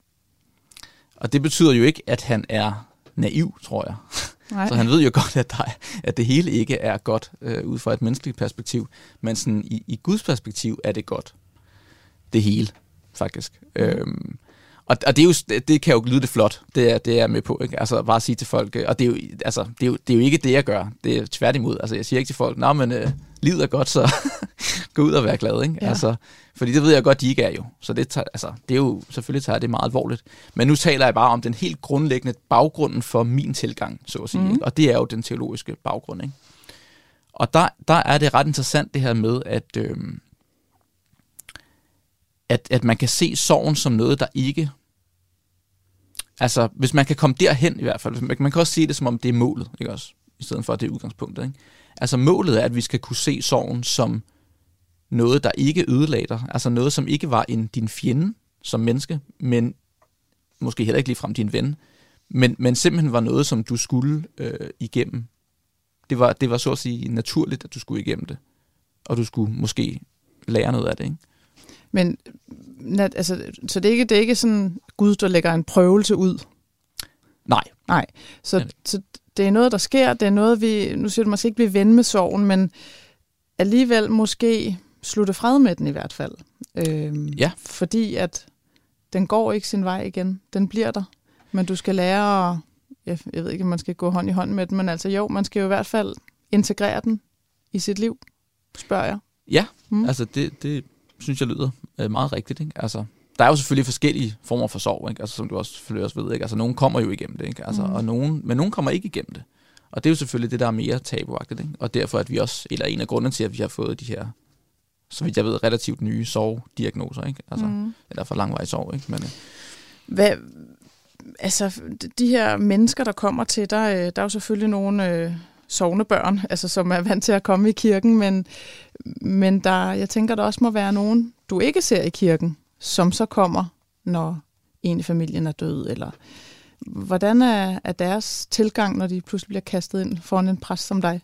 Og det betyder jo ikke, at han er naiv, tror jeg. Nej. Så han ved jo godt, at det hele ikke er godt ud fra et menneskeligt perspektiv, men sådan i Guds perspektiv er det godt. Det hele, faktisk. Og det, er jo, det kan jo lyde det flot, det er jeg med på. Ikke? Altså bare at sige til folk, og det er jo ikke det, jeg gør. Det er tværtimod. Altså jeg siger ikke til folk, nå, men livet er godt, så gå ud og vær glad. Ikke? Ja. Altså, fordi det ved jeg godt, de ikke er jo. Så det er jo, selvfølgelig tager det meget alvorligt. Men nu taler jeg bare om den helt grundlæggende baggrunden for min tilgang, så at sige. Ikke? Og det er jo den teologiske baggrund. Ikke? Og der er det ret interessant det her med, at man kan se sorgen som noget, der ikke... Altså, hvis man kan komme derhen i hvert fald. Man kan også se det, som om det er målet, ikke også? I stedet for, at det er udgangspunktet, ikke? Altså, målet er, at vi skal kunne se sorgen som noget, der ikke ødelagde dig. Altså noget, som ikke var din fjende som menneske, men måske heller ikke ligefrem din ven. Men simpelthen var noget, som du skulle igennem. Det var så at sige naturligt, at du skulle igennem det. Og du skulle måske lære noget af det, ikke? Men altså, så det er ikke sådan Gud, der lægger en prøvelse ud? Nej. Så det er noget, der sker. Det er noget, nu siger du måske ikke blive ven med sorgen, men alligevel måske slutte fred med den i hvert fald. Fordi at den går ikke sin vej igen. Den bliver der. Men du skal lære at, jeg ved ikke, om man skal gå hånd i hånd med den, men altså jo, man skal jo i hvert fald integrere den i sit liv, spørger jeg. Ja, altså det synes jeg lyder meget rigtigt. Ikke? Altså, der er jo selvfølgelig forskellige former for sorg, ikke? Altså, som du også selvfølgelig også ved. Ikke? Altså, nogen kommer jo igennem det, ikke? Altså, men nogen kommer ikke igennem det. Og det er jo selvfølgelig det, der er mere tabuagtigt. Ikke? Og derfor, at vi også, eller en af grundene til, at vi har fået de her, så vidt jeg ved, relativt nye sorgdiagnoser, ikke? Altså, eller for langvarig sorg, ikke? Men, altså, de her mennesker, der kommer til dig, der er jo selvfølgelig nogle sognebørn, altså, som er vant til at komme i kirken, men jeg tænker, der også må være nogen, du ikke ser i kirken, som så kommer, når en i familien er død, eller hvordan er deres tilgang, når de pludselig bliver kastet ind foran en præst som dig?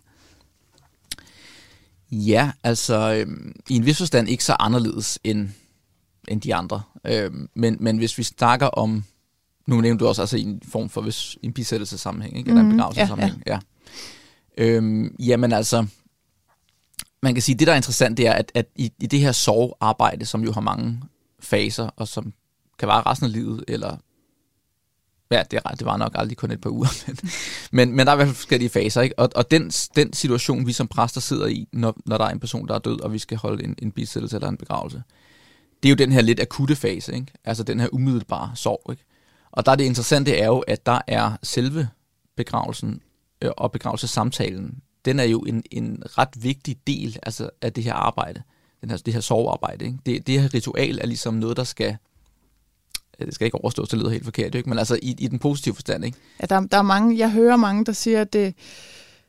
Ja, altså i en vis forstand ikke så anderledes end de andre. Men hvis vi snakker om, nu nævnte du også altså i en form for en bisættelsessammenhæng, ikke? Eller en begravelsessammenhæng. Ja. Jamen altså, man kan sige, det der er interessant, det er, at i det her sorgarbejde, som jo har mange faser, og som kan vare resten af livet, eller ja, det var nok aldrig kun et par uger, men der er i hvert fald forskellige faser, ikke? Og den situation, vi som præster sidder i, når der er en person, der er død, og vi skal holde en bisættelse eller en begravelse, det er jo den her lidt akutte fase, ikke? Altså den her umiddelbare sorg, ikke? Og der er det interessante er jo, at der er selve begravelsen og begravelsessamtalen, den er jo en ret vigtig del altså af det her arbejde, det her sorgarbejde, ikke? Det her ritual er ligesom noget, der skal, det skal ikke overstås, det lyder helt forkert, ikke? Men altså i den positive forstand, ikke? Ja, der er mange, jeg hører mange, der siger, at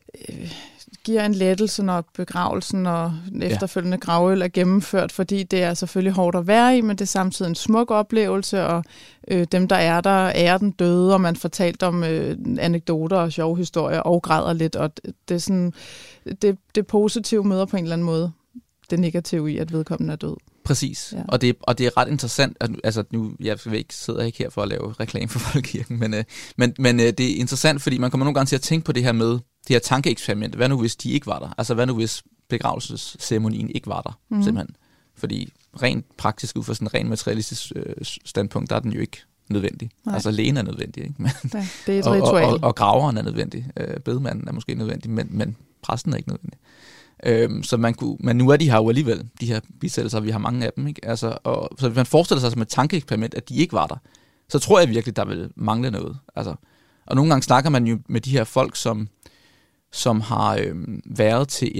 giver en lettelse, når begravelsen og efterfølgende gravøl er gennemført, fordi det er selvfølgelig hårdt at være i, men det er samtidig en smuk oplevelse, og dem, der ærer den døde, og man fortalt om anekdoter og sjove historier, og græder lidt, og det er sådan, det positive møder på en eller anden måde det negative i, at vedkommende er død. Præcis, ja. Og det er ret interessant, at, altså nu, jeg sidder ikke her for at lave reklame for Folkekirken, men det er interessant, fordi man kommer nogle gange til at tænke på det her med, det her tankeeksperiment. Hvad nu, hvis de ikke var der? Altså, hvad nu, hvis begravelsesceremonien ikke var der, simpelthen? Fordi rent praktisk, ud fra sådan en rent materialistisk standpunkt, der er den jo ikke nødvendig. Nej. Altså, lægen er nødvendig, ikke? Men, ja, det er et ritual. Og graveren er nødvendig. Bedemanden er måske nødvendig, men præsten er ikke nødvendig. Men nu er de her jo alligevel, de her bisættelser, vi har mange af dem, ikke? Altså, så hvis man forestiller sig som et tankeeksperiment, at de ikke var der, så tror jeg virkelig, der vil mangle noget. Altså, og nogle gange snakker man jo med de her folk, som har været til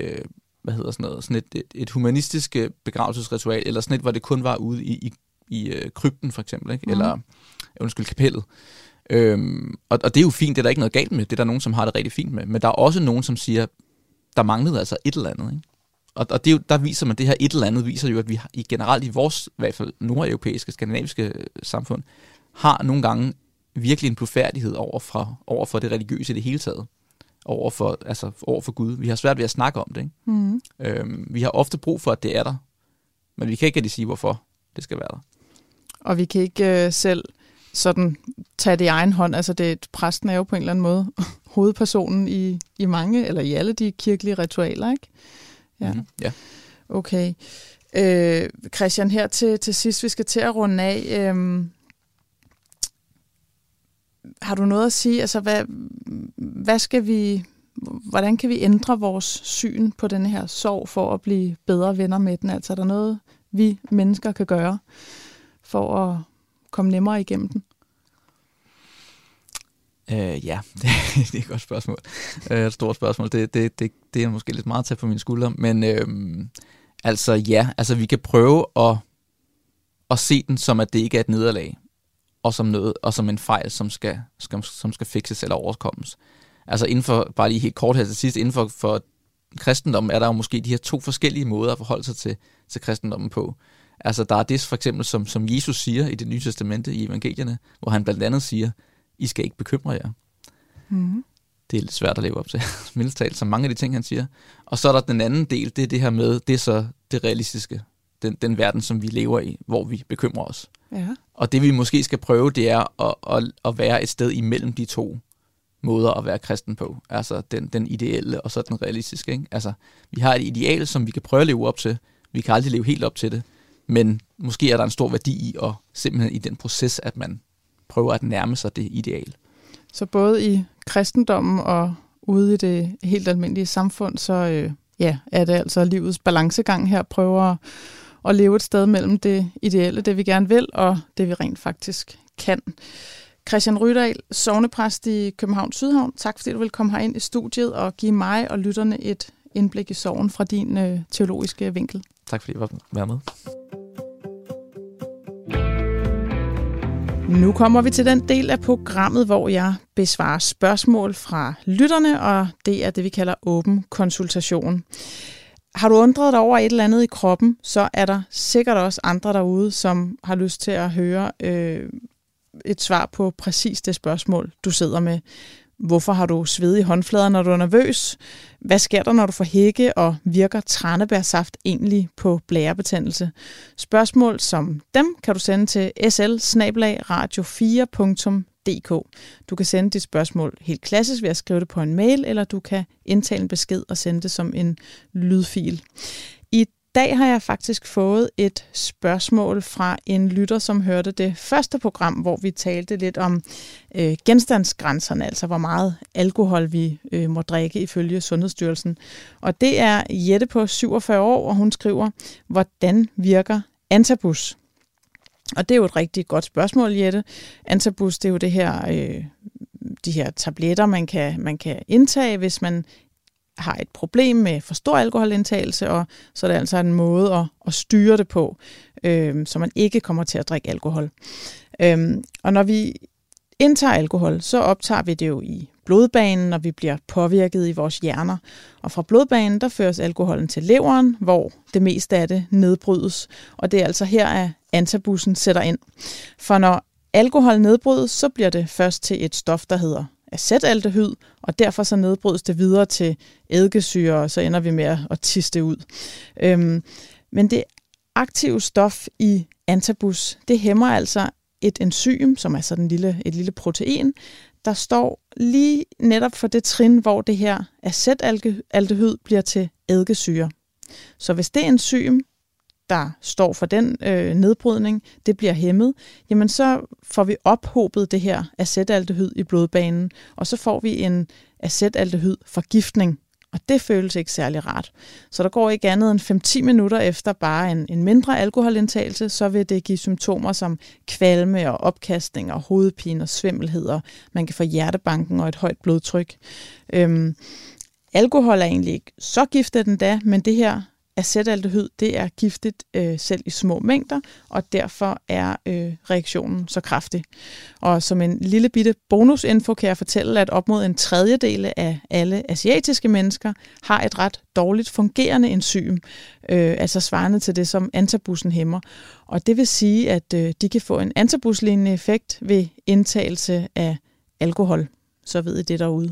et humanistisk begravelsesritual, eller sådan et, hvor det kun var ude i krypten for eksempel, ikke? Eller kapellet. Og det er jo fint, det er der ikke noget galt med, det er der nogen, som har det rigtig fint med, men der er også nogen, som siger, der manglede altså et eller andet, ikke? Og det er jo, der viser man, det her et eller andet viser jo, at vi generelt i vores, i hvert fald nordeuropæiske, skandinaviske samfund, har nogle gange virkelig en blufærdighed over for det religiøse i det hele taget. Over for Gud. Vi har svært ved at snakke om det, ikke? Vi har ofte brug for, at det er der, men vi kan ikke rigtig sige, hvorfor det skal være der. Og vi kan ikke selv sådan tage det i egen hånd. Altså præsten er jo på en eller anden måde hovedpersonen i mange, eller i alle de kirkelige ritualer, ikke? Ja. Ja. Okay. Christian, her til sidst, vi skal til at runde af. Har du noget at sige? Altså, hvordan kan vi ændre vores syn på denne her sorg for at blive bedre venner med den? Altså, er der noget, vi mennesker kan gøre for at komme nemmere igennem den? Ja, det er et godt spørgsmål. Et stort spørgsmål. Det er måske lidt meget at tage på mine skuldre. Men vi kan prøve at se den som, at det ikke er et nederlag, og som en fejl, som skal fikses eller overkommes. Altså inden for, bare lige helt kort her til sidst, inden for kristendommen er der jo måske de her to forskellige måder at forholde sig til kristendommen på. Altså der er det for eksempel, som Jesus siger i Det Nye Testamente i evangelierne, hvor han blandt andet siger, I skal ikke bekymre jer. Mm-hmm. Det er lidt svært at leve op til, mildest talt, som mange af de ting, han siger. Og så er der den anden del, det er det her med, det er så det realistiske, den verden, som vi lever i, hvor vi bekymrer os. Ja. Og det vi måske skal prøve, det er at være et sted imellem de to måder at være kristen på. Altså den ideelle og så den realistiske, ikke? Altså, vi har et ideal, som vi kan prøve at leve op til. Vi kan aldrig leve helt op til det. Men måske er der en stor værdi i, og simpelthen i den proces, at man prøver at nærme sig det ideal. Så både i kristendommen og ude i det helt almindelige samfund, så er det altså livets balancegang her, prøver at leve et sted mellem det ideelle, det vi gerne vil, og det vi rent faktisk kan. Christian Rydahl, sognepræst i Københavns Sydhavn, tak fordi du vil komme herind i studiet og give mig og lytterne et indblik i sorgen fra din teologiske vinkel. Tak fordi jeg var med. Nu kommer vi til den del af programmet, hvor jeg besvarer spørgsmål fra lytterne, og det er det, vi kalder åben konsultation. Har du undret dig over et eller andet i kroppen, så er der sikkert også andre derude, som har lyst til at høre et svar på præcis det spørgsmål, du sidder med. Hvorfor har du svedige håndflader, når du er nervøs? Hvad sker der, når du får hække, og virker tranebærsaft egentlig på blærebetændelse? Spørgsmål som dem kan du sende til sl@radio4.dk. Du kan sende dit spørgsmål helt klassisk ved at skrive det på en mail, eller du kan indtale en besked og sende det som en lydfil. I dag har jeg faktisk fået et spørgsmål fra en lytter, som hørte det første program, hvor vi talte lidt om genstandsgrænserne, altså hvor meget alkohol vi må drikke ifølge Sundhedsstyrelsen. Og det er Jette på 47 år, og hun skriver, hvordan virker antabus? Og det er jo et rigtig godt spørgsmål, Jette. Antabus, det er jo det her, de her tabletter, man kan indtage, hvis man har et problem med for stor alkoholindtagelse, og så er det altså en måde at styre det på, så man ikke kommer til at drikke alkohol. Og når vi indtager alkohol, så optager vi det jo i blodbanen, og vi bliver påvirket i vores hjerner. Og fra blodbanen, der føres alkoholen til leveren, hvor det meste af det nedbrydes. Og det er altså her, at antabussen sætter ind. For når alkohol nedbrydes, så bliver det først til et stof, der hedder acetaldehyd, og derfor så nedbrydes det videre til eddikesyre, og så ender vi med at tiste ud. Men det aktive stof i antabus, det hæmmer altså et enzym, som er sådan et lille protein, der står lige netop for det trin, hvor det her acetaldehyd bliver til eddikesyre. Så hvis det enzym, der står for den nedbrydning, det bliver hæmmet, jamen så får vi ophobet det her acetaldehyd i blodbanen, og så får vi en acetaldehyd-forgiftning, og det føles ikke særlig rart. Så der går ikke andet end 5-10 minutter efter bare en mindre alkoholindtagelse, så vil det give symptomer som kvalme og opkastning og hovedpine og svimmelhed, og man kan få hjertebanken og et højt blodtryk. Alkohol er egentlig ikke så giftigt endda, men det her acetaldehyd, det er giftigt selv i små mængder, og derfor er reaktionen så kraftig. Og som en lille bitte bonusinfo kan jeg fortælle, at op mod en tredjedel af alle asiatiske mennesker har et ret dårligt fungerende enzym, altså svarende til det, som antabussen hæmmer. Og det vil sige, at de kan få en antabuslignende effekt ved indtagelse af alkohol. Så ved I det derude.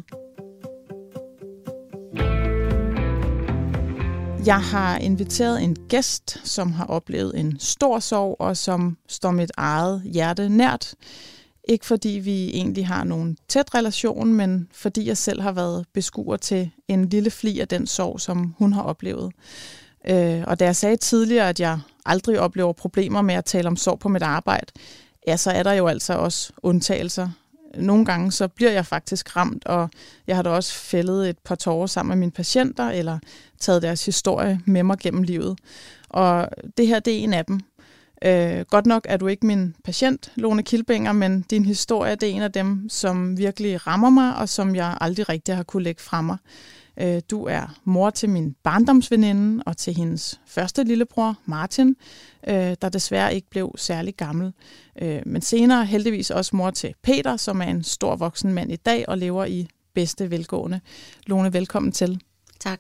Jeg har inviteret en gæst, som har oplevet en stor sorg, og som står mit eget hjerte nært. Ikke fordi vi egentlig har nogen tæt relation, men fordi jeg selv har været beskuer til en lille flig af den sorg, som hun har oplevet. Og da jeg sagde tidligere, at jeg aldrig oplever problemer med at tale om sorg på mit arbejde, ja, så er der jo altså også undtagelser. Nogle gange så bliver jeg faktisk ramt, og jeg har da også fældet et par tårer sammen med mine patienter, eller taget deres historie med mig gennem livet. Og det her, det er en af dem. Godt nok er du ikke min patient, Lone Kilbinger, men din historie, det er en af dem, som virkelig rammer mig, og som jeg aldrig rigtig har kunne lægge fra mig. Du er mor til min barndomsveninde og til hendes første lillebror, Martin, der desværre ikke blev særlig gammel. Men senere heldigvis også mor til Peter, som er en stor voksen mand i dag og lever i bedste velgående. Lone, velkommen til. Tak.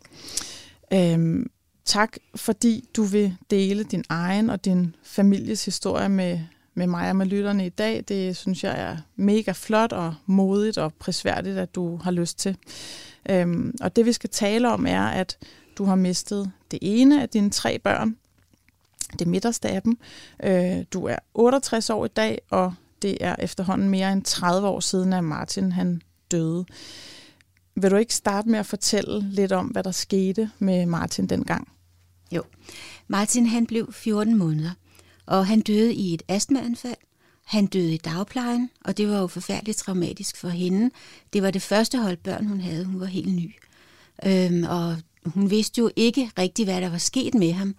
Tak, fordi du vil dele din egen og din families historie med mig og med lytterne i dag. Det synes jeg er mega flot og modigt og prisværdigt, at du har lyst til. Og det vi skal tale om er, at du har mistet det ene af dine 3 børn, det midterste af dem. Du er 68 år i dag, og det er efterhånden mere end 30 år siden, at Martin han døde. Vil du ikke starte med at fortælle lidt om, hvad der skete med Martin dengang? Jo, Martin han blev 14 måneder, og han døde i et astmaanfald. Han døde i dagplejen, og det var jo forfærdeligt traumatisk for hende. Det var det første hold børn, hun havde. Hun var helt ny. Og hun vidste jo ikke rigtigt, hvad der var sket med ham,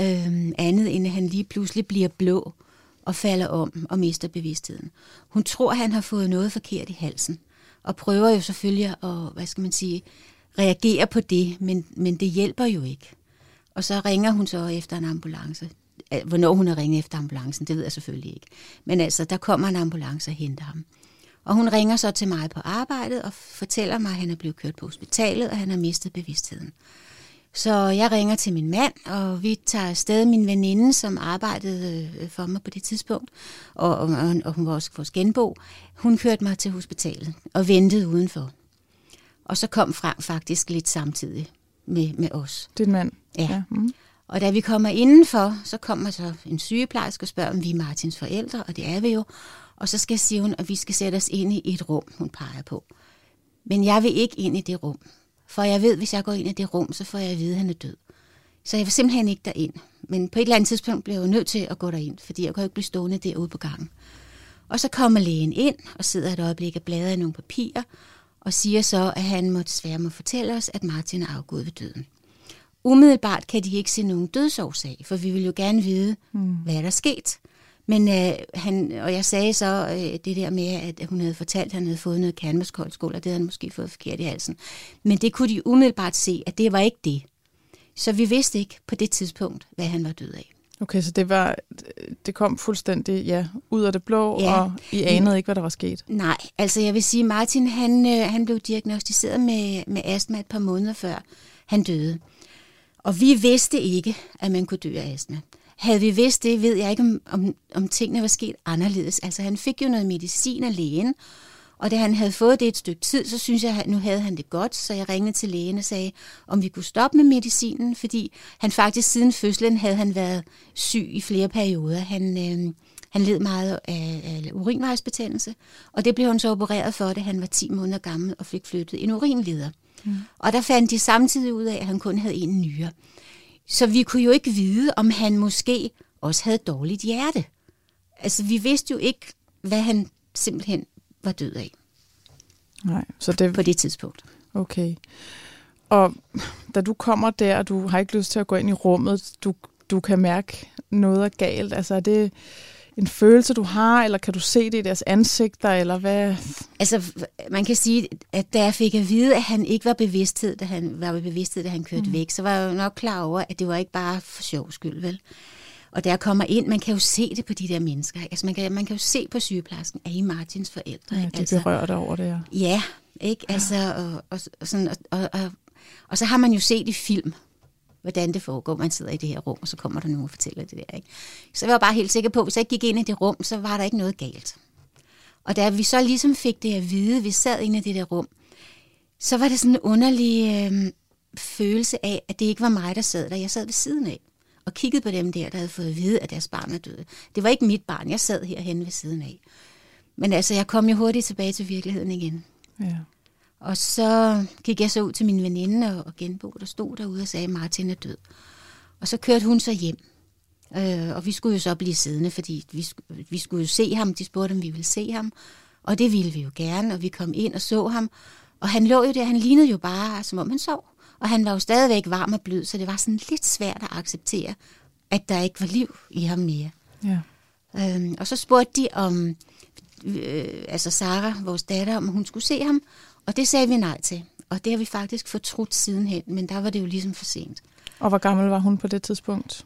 andet end at han lige pludselig bliver blå og falder om og mister bevidstheden. Hun tror, han har fået noget forkert i halsen, og prøver jo selvfølgelig at, reagere på det, men det hjælper jo ikke. Og så ringer hun så efter en ambulance. Hvornår hun har ringet efter ambulancen, det ved jeg selvfølgelig ikke. Men altså, der kommer en ambulance og henter ham. Og hun ringer så til mig på arbejdet og fortæller mig, at han er blevet kørt på hospitalet, og han har mistet bevidstheden. Så jeg ringer til min mand, og vi tager afsted. Min veninde, som arbejdede for mig på det tidspunkt, og hun var også vores genbo, hun kørte mig til hospitalet og ventede udenfor. Og så kom Frank faktisk lidt samtidig med os. Din mand? Ja. Og da vi kommer indenfor, så kommer så en sygeplejerske og spørger, om vi er Martins forældre, og det er vi jo. Og så siger hun, at vi skal sætte os ind i et rum, hun peger på. Men jeg vil ikke ind i det rum, for jeg ved, hvis jeg går ind i det rum, så får jeg at vide, at han er død. Så jeg vil simpelthen ikke derind. Men på et eller andet tidspunkt bliver jeg jo nødt til at gå derind, fordi jeg kan jo ikke blive stående derude på gangen. Og så kommer lægen ind og sidder et øjeblik og bladrer i nogle papirer, og siger så, at han desværre må fortælle os, at Martin er afgået ved døden. Umiddelbart kan de ikke se nogen dødsårsag, for vi vil jo gerne vide, hvad der er sket. Men og jeg sagde så det der med, at hun havde fortalt, at han havde fået noget canvaskoldskål, og det havde han måske fået forkert i halsen. Men det kunne de umiddelbart se, at det var ikke det. Så vi vidste ikke på det tidspunkt, hvad han var død af. Okay, så det kom fuldstændig ud af det blå, og I anede ikke, hvad der var sket? Nej, altså jeg vil sige, Martin han blev diagnosticeret med astma et par måneder før han døde. Og vi vidste ikke, at man kunne dø af astma. Havde vi vidst det, ved jeg ikke, om tingene var sket anderledes. Altså han fik jo noget medicin af lægen, og da han havde fået det et stykke tid, så synes jeg, at nu havde han det godt, så jeg ringede til lægen og sagde, om vi kunne stoppe med medicinen, fordi han faktisk siden fødslen havde han været syg i flere perioder. Han led meget af urinvejsbetændelse, og det blev han så opereret for, da han var 10 måneder gammel og fik flyttet en urinleder. Og der fandt de samtidig ud af, at han kun havde en nyre. Så vi kunne jo ikke vide, om han måske også havde dårligt hjerte. Altså vi vidste jo ikke, hvad han simpelthen var død af. Nej, så det på det tidspunkt. Okay. Og da du kommer der, og du har ikke lyst til at gå ind i rummet, du kan mærke noget er galt. Altså er det en følelse, du har, eller kan du se det i deres ansigter, eller hvad? Altså, man kan sige, at da jeg fik at vide, at han ikke var bevidsthed, da han kørte væk, så var jeg jo nok klar over, at det var ikke bare for sjov skyld, vel? Og da jeg kommer ind, man kan jo se det på de der mennesker. Altså, man kan jo se på sygeplejersken, at I Martins forældre. Ja, de berørte over det, ja. Ja, ikke? Altså, og så har man jo set i film, hvordan det foregår. Man sidder i det her rum, og så kommer der nogen og fortæller det der, ikke? Så jeg var bare helt sikker på, at hvis jeg ikke gik ind i det rum, så var der ikke noget galt. Og da vi så ligesom fik det at vide, vi sad inde i det der rum, så var det sådan en underlig følelse af, at det ikke var mig, der sad der. Jeg sad ved siden af og kiggede på dem der havde fået at vide, at deres barn er døde. Det var ikke mit barn, jeg sad herhenne ved siden af. Men altså, jeg kom jo hurtigt tilbage til virkeligheden igen. Ja. Og så gik jeg så ud til min veninde og genbo, der stod derude og sagde, at Martin er død. Og så kørte hun så hjem. Og vi skulle jo så blive siddende, fordi vi skulle jo se ham. De spurgte, om vi ville se ham. Og det ville vi jo gerne, og vi kom ind og så ham. Og han lå jo der, han lignede jo bare, som om han sov. Og han var jo stadigvæk varm og blød, så det var sådan lidt svært at acceptere, at der ikke var liv i ham mere. Ja. Og så spurgte de om, altså Sarah, vores datter, om hun skulle se ham. Og det sagde vi nej til. Og det har vi faktisk fortrudt sidenhen, men der var det jo ligesom for sent. Og hvor gammel var hun på det tidspunkt?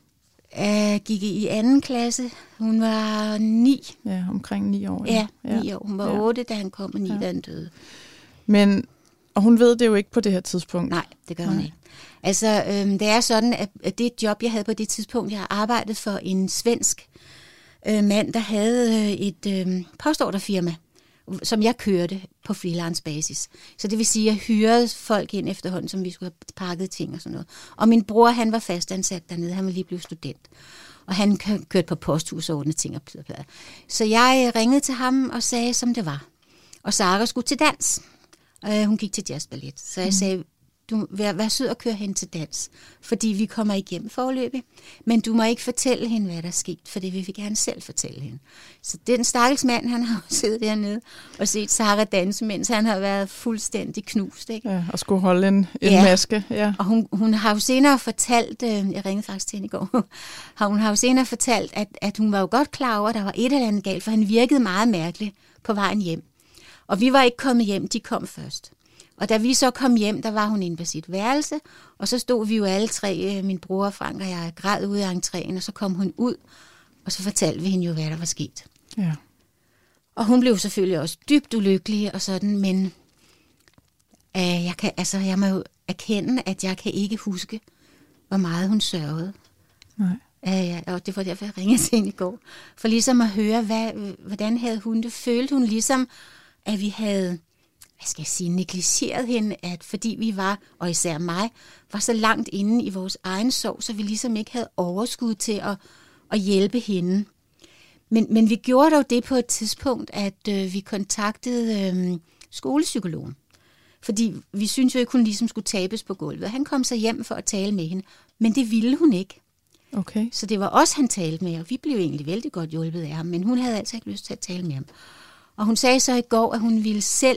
Gik i 2. klasse. Hun var 9. Ja, omkring 9 år. Ja, 9 år. Hun var 8, da han kom, og 9, da han døde. Men, og hun ved det jo ikke på det her tidspunkt? Nej, det gør hun ikke. Altså, det er sådan, at det job, jeg havde på det tidspunkt, jeg har arbejdet for en svensk mand, der havde et postorderfirma, som jeg kørte på freelance basis. Så det vil sige, at jeg hyrede folk ind efterhånden, som vi skulle have pakket ting og sådan noget. Og min bror, han var fastansat dernede, han var lige blevet student. Og han kørte på posthus og ordnede ting og plade. Så jeg ringede til ham og sagde, som det var. Og Sarah skulle til dans. Hun gik til jazzballet. Så jeg sagde, du vær sød at køre hen til dans, fordi vi kommer ikke hjem foreløbig. Men du må ikke fortælle hende, hvad der er sket, for det vil vi gerne selv fortælle hende. Så den stakkels mand, han har siddet dernede og set Sarah danse, mens han har været fuldstændig knust. Ikke? Ja, og skulle holde en maske. Ja. Og hun har jo senere fortalt, jeg ringede faktisk til hende i går, hun har jo senere fortalt, at hun var jo godt klar over, at der var et eller andet galt, for han virkede meget mærkeligt på vejen hjem. Og vi var ikke kommet hjem, de kom først. Og da vi så kom hjem, der var hun inde på sit værelse, og så stod vi jo alle tre, min bror, Frank og jeg, græd ude af entréen, og så kom hun ud, og så fortalte vi hende jo, hvad der var sket. Ja. Og hun blev selvfølgelig også dybt ulykkelig og sådan, men jeg må jo erkende, at jeg kan ikke huske, hvor meget hun sørgede. Nej. Og det var derfor, jeg ringede til hende i går. For ligesom at høre, hvordan havde hun det? Følte hun ligesom, at vi havde, negligeret hende, at fordi vi var, og især mig, var så langt inde i vores egen sorg, så vi ligesom ikke havde overskud til at hjælpe hende. Men vi gjorde dog det på et tidspunkt, at vi kontaktede skolepsykologen. Fordi vi syntes jo ikke, hun ligesom skulle tabes på gulvet. Han kom så hjem for at tale med hende, men det ville hun ikke. Okay. Så det var os, han talte med, og vi blev egentlig vældig godt hjulpet af ham, men hun havde altså ikke lyst til at tale med ham. Og hun sagde så i går, at hun ville selv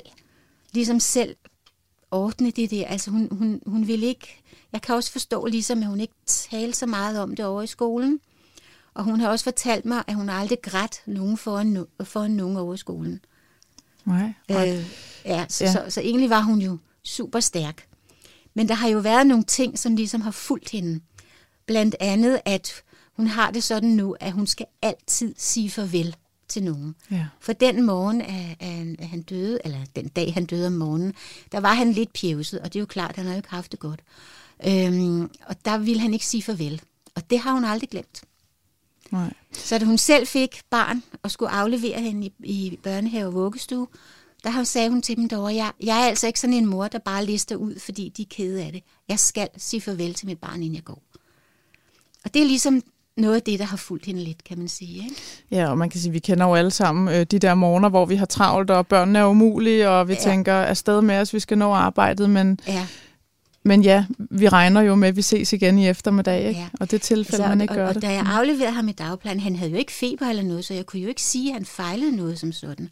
ordne det der. Altså hun ville ikke, jeg kan også forstå ligesom, at hun ikke talte så meget om det over i skolen. Og hun har også fortalt mig, at hun aldrig grædt nogen foran nogen over i skolen. Nej. Så egentlig var hun jo super stærk. Men der har jo været nogle ting, som ligesom har fulgt hende. Blandt andet, at hun har det sådan nu, at hun skal altid sige farvel til nogen. Ja. For den morgen, at han døde, eller den dag, han døde om morgenen, der var han lidt pjevset, og det er jo klart, han har jo ikke haft det godt. Og der ville han ikke sige farvel. Og det har hun aldrig glemt. Nej. Så da hun selv fik barn og skulle aflevere hende i børnehave og vuggestue, der sagde hun til dem derovre, jeg er altså ikke sådan en mor, der bare lister ud, fordi de er kede af det. Jeg skal sige farvel til mit barn, inden jeg går. Og det er ligesom noget af det, der har fulgt hende lidt, kan man sige. Ikke? Ja, og man kan sige, vi kender jo alle sammen de der morgener, hvor vi har travlt, og børnene er umulige, og vi tænker afsted med os, vi skal nå arbejdet, men ja, vi regner jo med, at vi ses igen i eftermiddag, ikke? Og det tilfælde, man ikke gør det. Og da jeg afleverede ham i dagplejen, han havde jo ikke feber eller noget, så jeg kunne jo ikke sige, at han fejlede noget som sådan.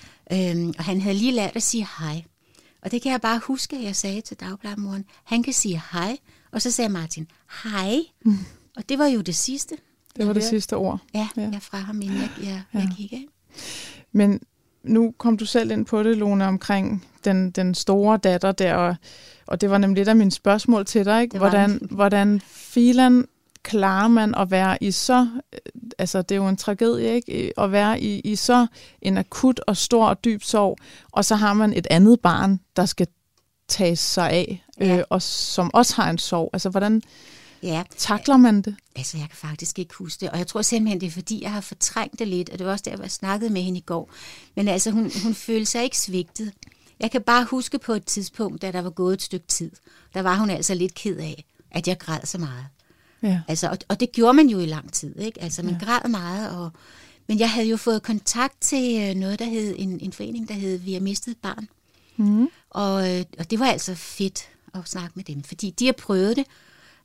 Og han havde lige lært at sige hej. Og det kan jeg bare huske, at jeg sagde til dagplejemoren, han kan sige hej, og så sagde Martin, hej. Og det var jo det sidste. Det var det sidste ord. Ja, fra ham, inden jeg kiggede. Men nu kom du selv ind på det, Lone, omkring den store datter der, og det var nemlig lidt af mine spørgsmål til dig, ikke? Hvordan filan klarer man at være i så, altså det er jo en tragedie, ikke? At være i så en akut og stor og dyb sorg, og så har man et andet barn, der skal tages sig af, og som også har en sorg. Altså hvordan takler man det? Altså jeg kan faktisk ikke huske det, og jeg tror simpelthen, det er fordi, jeg har fortrængt det lidt, og det var også der, jeg snakkede med hende i går. Men altså hun følte sig ikke svigtet. Jeg kan bare huske på et tidspunkt, da der var gået et stykke tid, der var hun altså lidt ked af, at jeg græd så meget. Ja. Altså, og det gjorde man jo i lang tid, ikke? Altså man græd meget, men jeg havde jo fået kontakt til noget, der hed en forening, der hed Vi har mistet et barn. Mm. Og det var altså fedt at snakke med dem, fordi de har prøvet det.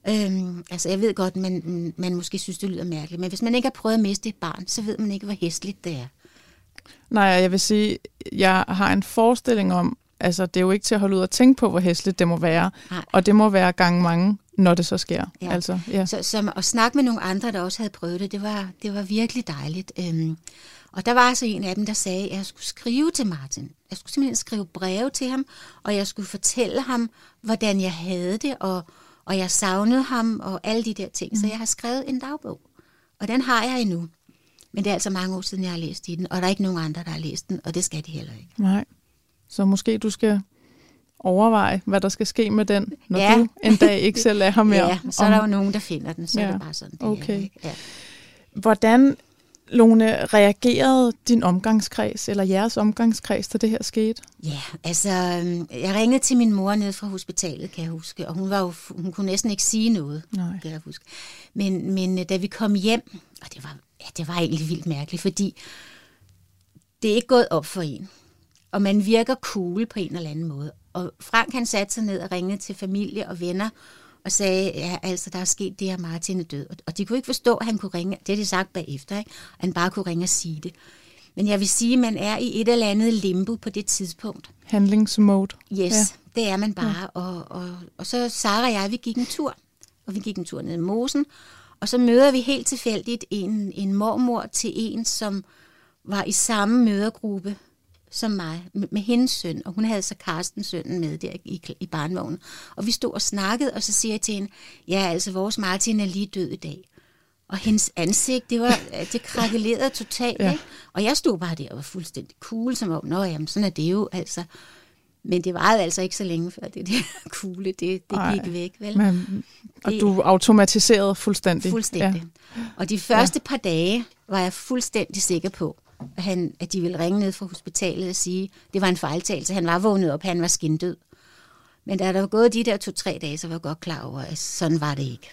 Altså jeg ved godt, man måske synes, det lyder mærkeligt, men hvis man ikke har prøvet at miste et barn, så ved man ikke, hvor hæsligt det er. Nej, jeg vil sige, jeg har en forestilling om, altså det er jo ikke til at holde ud og tænke på, hvor hæsligt det må være, og det må være gange mange, når det så sker. Ja. Altså, Så at snakke med nogle andre, der også havde prøvet det, det var virkelig dejligt. Og der var altså en af dem, der sagde, at jeg skulle skrive til Martin. Jeg skulle simpelthen skrive breve til ham, og jeg skulle fortælle ham, hvordan jeg havde det, og jeg savnede ham, og alle de der ting. Så jeg har skrevet en dagbog, og den har jeg endnu. Men det er altså mange år siden, jeg har læst i den, og der er ikke nogen andre, der har læst den, og det skal de heller ikke. Nej, så måske du skal overveje, hvad der skal ske med den, når du en dag ikke selv er her mere. Ja, så er der jo nogen, der finder den, så er det bare sådan. Det okay. Hvordan, Lone, reagerede din omgangskreds, eller jeres omgangskreds, da det her skete? Ja, altså, jeg ringede til min mor nede fra hospitalet, kan jeg huske, og hun kunne næsten ikke sige noget, kan jeg huske. Men da vi kom hjem, og det var egentlig vildt mærkeligt, fordi det er ikke gået op for en, og man virker cool på en eller anden måde. Og Frank, han satte sig ned og ringede til familie og venner, og sagde, altså, der er sket det her, Martin er død. Og de kunne ikke forstå, at han kunne ringe, det er det sagt bagefter, ikke? Han bare kunne ringe og sige det. Men jeg vil sige, at man er i et eller andet limbo på det tidspunkt. Handlingsmode. Yes, det er man bare. Og så Sara og jeg, vi gik en tur, og vi gik en tur ned i mosen, og så møder vi helt tilfældigt en mormor til en, som var i samme mødergruppe som mig, med hendes søn, og hun havde så Karsten sønnen med der i barnevognen. Og vi stod og snakkede, og så siger jeg til hende, ja, altså vores Martin er lige død i dag. Og hendes ansigt, det krakelerede totalt, ikke? Og jeg stod bare der og var fuldstændig cool, som om, jamen sådan er det jo, altså. Men det varede altså ikke så længe før det der kugle, det gik væk, vel? Og du automatiserede fuldstændig. Fuldstændig. Ja. Og de første par dage var jeg fuldstændig sikker på, at de ville ringe ned fra hospitalet og sige, det var en fejltagelse, han var vågnet op, han var skindød. Men da der var gået de der 2-3 dage, så var jeg godt klar over, at sådan var det ikke.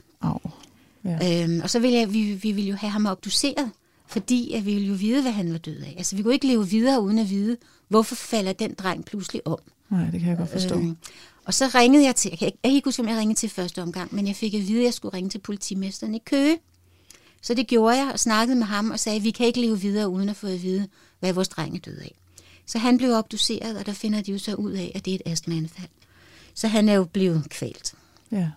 Ja. Og så ville vi ville jo have ham obduceret, fordi at vi ville jo vide, hvad han var død af. Altså vi kunne ikke leve videre uden at vide, hvorfor falder den dreng pludselig om. Nej, det kan jeg godt forstå. Og så ringede jeg til, jeg kan ikke huske, om jeg ringede til første omgang, men jeg fik at vide, at jeg skulle ringe til politimesteren i Køge. Så det gjorde jeg, og snakkede med ham og sagde, at vi kan ikke leve videre uden at få at vide, hvad vores dreng er død af. Så han blev obduceret, og der finder de jo så ud af, at det er et astmaanfald. Så han er jo blevet kvalt. Ja.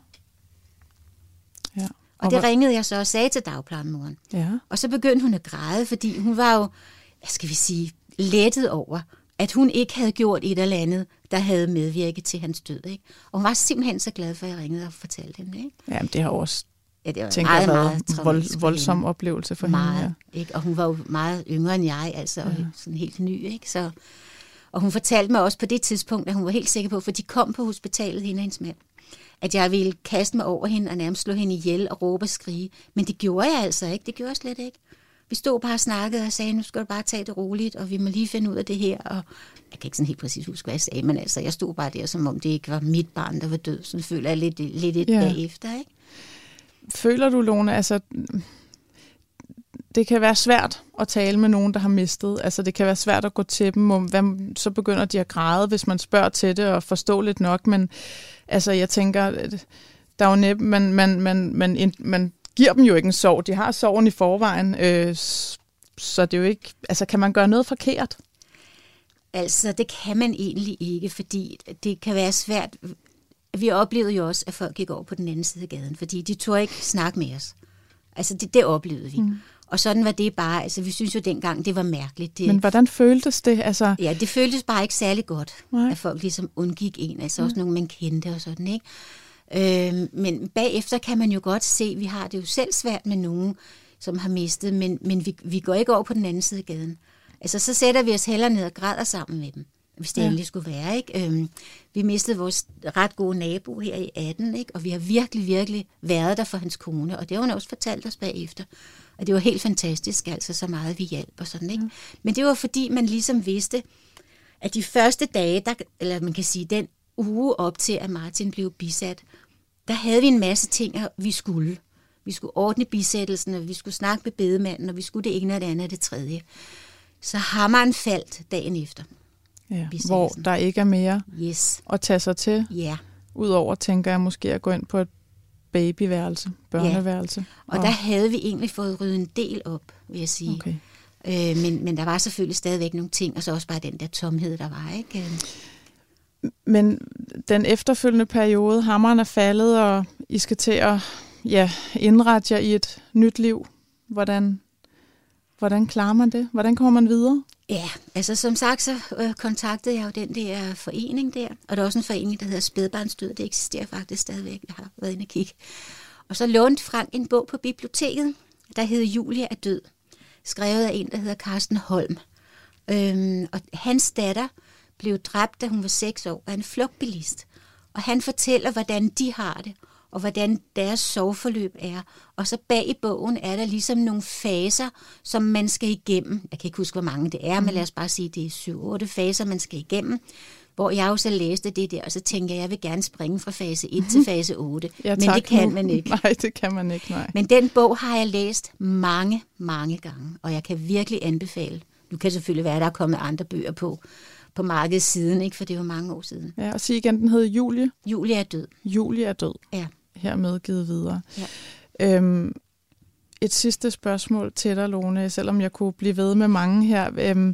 Og det ringede jeg så og sagde til dagplejemoren. Ja. Og så begyndte hun at græde, fordi hun var jo, lettet over, at hun ikke havde gjort et eller andet, der havde medvirket til hans død. Ikke? Og hun var simpelthen så glad for, at jeg ringede og fortalte hende det. Ikke? Jamen, det har også Ja, det var tænker meget, jeg, meget traumatisk voldsom oplevelse for meget, hende. Ja. Ikke? Og hun var jo meget yngre end jeg, altså, og sådan helt ny. Ikke? Så, og hun fortalte mig også på det tidspunkt, at hun var helt sikker på, for de kom på hospitalet, hende og hendes mand, at jeg ville kaste mig over hende og nærmest slå hende ihjel og råbe og skrige. Men det gjorde jeg altså ikke. Det gjorde jeg slet ikke. Vi stod bare og snakkede og sagde, nu skal du bare tage det roligt, og vi må lige finde ud af det her. Og jeg kan ikke sådan helt præcis huske, hvad jeg sagde, men altså, jeg stod bare der, som om det ikke var mit barn, der var død. Sådan føler jeg lidt et dag efter, ikke? Føler du, Lone, altså, det kan være svært at tale med nogen, der har mistet. Altså, det kan være svært at gå til dem, så begynder de at græde, hvis man spørger til det og forstår lidt nok. Men altså, jeg tænker, der er jo næppe, man giver dem jo ikke en sorg. De har sorgen i forvejen, så det er jo ikke, altså, kan man gøre noget forkert? Altså, det kan man egentlig ikke, fordi det kan være svært. Vi oplevede jo også, at folk gik over på den anden side af gaden, fordi de turde ikke snakke med os. Altså, det oplevede vi. Og sådan var det bare, altså vi synes jo dengang, det var mærkeligt. Men hvordan føltes det? Altså... Ja, det føltes bare ikke særlig godt, Nej. at folk ligesom undgik en, altså også nogen, man kendte og sådan, ikke? Men bagefter kan man jo godt se, vi har det jo selv svært med nogen, som har mistet, men vi går ikke over på den anden side af gaden. Altså, så sætter vi os hellere ned og græder sammen med dem, hvis det endelig skulle være, ikke? Vi mistede vores ret gode nabo her i 18, ikke? Og vi har virkelig, virkelig været der for hans kone, og det har hun også fortalt os bagefter. Og det var helt fantastisk, altså så meget vi hjalp og sådan, ikke? Men det var fordi, man ligesom vidste, at de første dage, eller man kan sige, den uge op til, at Martin blev bisat, der havde vi en masse ting, vi skulle. Vi skulle ordne bisættelsen, og vi skulle snakke med bedemanden, og vi skulle det ene og det andet og det tredje. Så hammeren faldt dagen efter. Ja, hvor der ikke er mere at tage sig til. Ja. Udover, tænker jeg, måske at gå ind på et babyværelse, børneværelse. Ja. Og der havde vi egentlig fået ryddet en del op, vil jeg sige. Okay. Men der var selvfølgelig stadigvæk nogle ting, og så også bare den der tomhed, der var, ikke? Men den efterfølgende periode, hammeren er faldet, og I skal til at indrette jer i et nyt liv. Hvordan klarer man det? Hvordan kommer man videre? Ja, altså som sagt, så kontaktede jeg jo den der forening der, og der er også en forening, der hedder Spædbarnsdød. Det eksisterer faktisk stadigvæk. Jeg har været inde og kigge. Og så lånte Frank en bog på biblioteket, der hedder Julie er død, skrevet af en, der hedder Carsten Holm. Og hans datter blev dræbt, da hun var 6 år, af en flugtbilist. Og han fortæller, hvordan de har det, og hvordan deres sorgforløb er. Og så bag i bogen er der ligesom nogle faser, som man skal igennem. Jeg kan ikke huske, hvor mange det er, men lad os bare sige, det er 7-8 faser, man skal igennem. Hvor jeg jo så læste det der, og så tænker jeg vil gerne springe fra fase 1 til fase 8. Ja, men det kan man ikke. Nej, det kan man ikke, nej. Men den bog har jeg læst mange, mange gange, og jeg kan virkelig anbefale. Nu kan selvfølgelig være, at der er kommet andre bøger på markedet siden, ikke? For det er jo mange år siden. Ja, og sig igen, den hed Julie. Julie er død. Julie er død. Ja. Hermed givet videre. Ja. Et sidste spørgsmål til dig, Lone, selvom jeg kunne blive ved med mange her.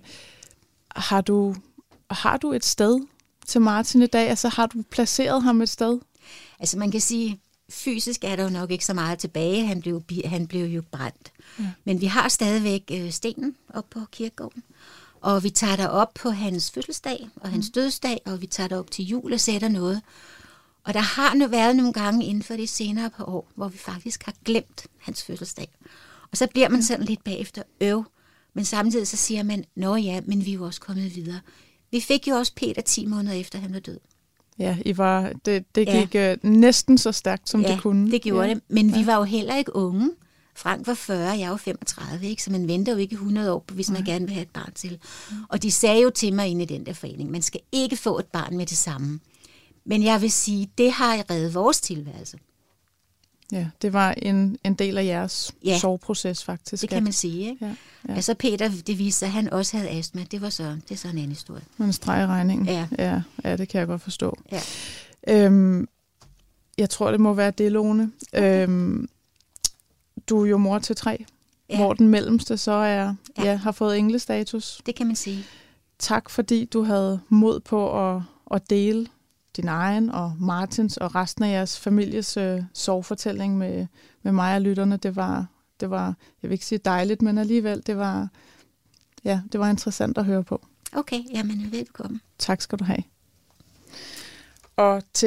Har du et sted til Martin i dag? Altså har du placeret ham et sted? Altså man kan sige, fysisk er der jo nok ikke så meget tilbage. Han blev jo brændt. Ja. Men vi har stadigvæk stenen op på kirkegården. Og vi tager derop på hans fødselsdag og hans dødsdag, og vi tager derop til jul og sætter noget. Og der har været nogle gange inden for de senere par år, hvor vi faktisk har glemt hans fødselsdag. Og så bliver man sådan lidt bagefter men samtidig så siger man, nå ja, men vi er jo også kommet videre. Vi fik jo også Peter 10 måneder efter, han var død. Ja, det gik næsten så stærkt, som det kunne. Det gjorde det, men vi var jo heller ikke unge. Frank var 40, jeg var 35, ikke? Så man venter jo ikke 100 år, hvis man gerne vil have et barn til. Og de sagde jo til mig inde i den der forening, man skal ikke få et barn med det samme. Men jeg vil sige, det har reddet vores tilværelse. Ja, det var en del af jeres sorgproces faktisk. Det kan man sige, ikke? Ja. Altså Peter, det viste sig, at han også havde astma. Det er så en anden historie. En streg i regningen. Ja, det kan jeg godt forstå. Ja. Jeg tror, det må være det, Lone. Okay. Du er jo mor til 3, hvor den mellemste så har fået englestatus. Det kan man sige. Tak, fordi du havde mod på at dele din egen og Martins og resten af jeres families sorgfortælling med mig og lytterne. Det var, jeg vil ikke sige dejligt, men alligevel, det var interessant at høre på. Okay, jamen velkommen. Tak skal du have. Og til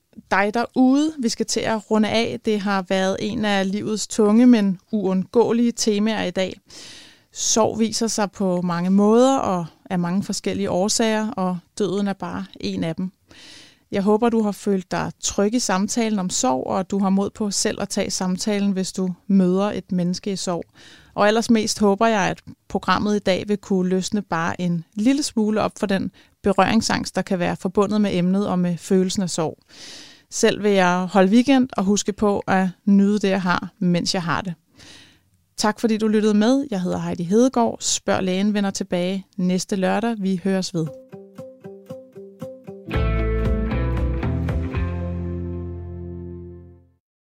dig derude. Vi skal til at runde af. Det har været en af livets tunge, men uundgåelige temaer i dag. Sorg viser sig på mange måder og af mange forskellige årsager, og døden er bare en af dem. Jeg håber, du har følt dig tryg i samtalen om sorg, og at du har mod på selv at tage samtalen, hvis du møder et menneske i sorg. Og ellers mest håber jeg, at programmet i dag vil kunne løsne bare en lille smule op for den berøringsangst, der kan være forbundet med emnet og med følelsen af sorg. Selv vil jeg holde weekend og huske på at nyde det, jeg har, mens jeg har det. Tak fordi du lyttede med. Jeg hedder Heidi Hedegaard. Spørg Lægen vender tilbage næste lørdag. Vi høres ved.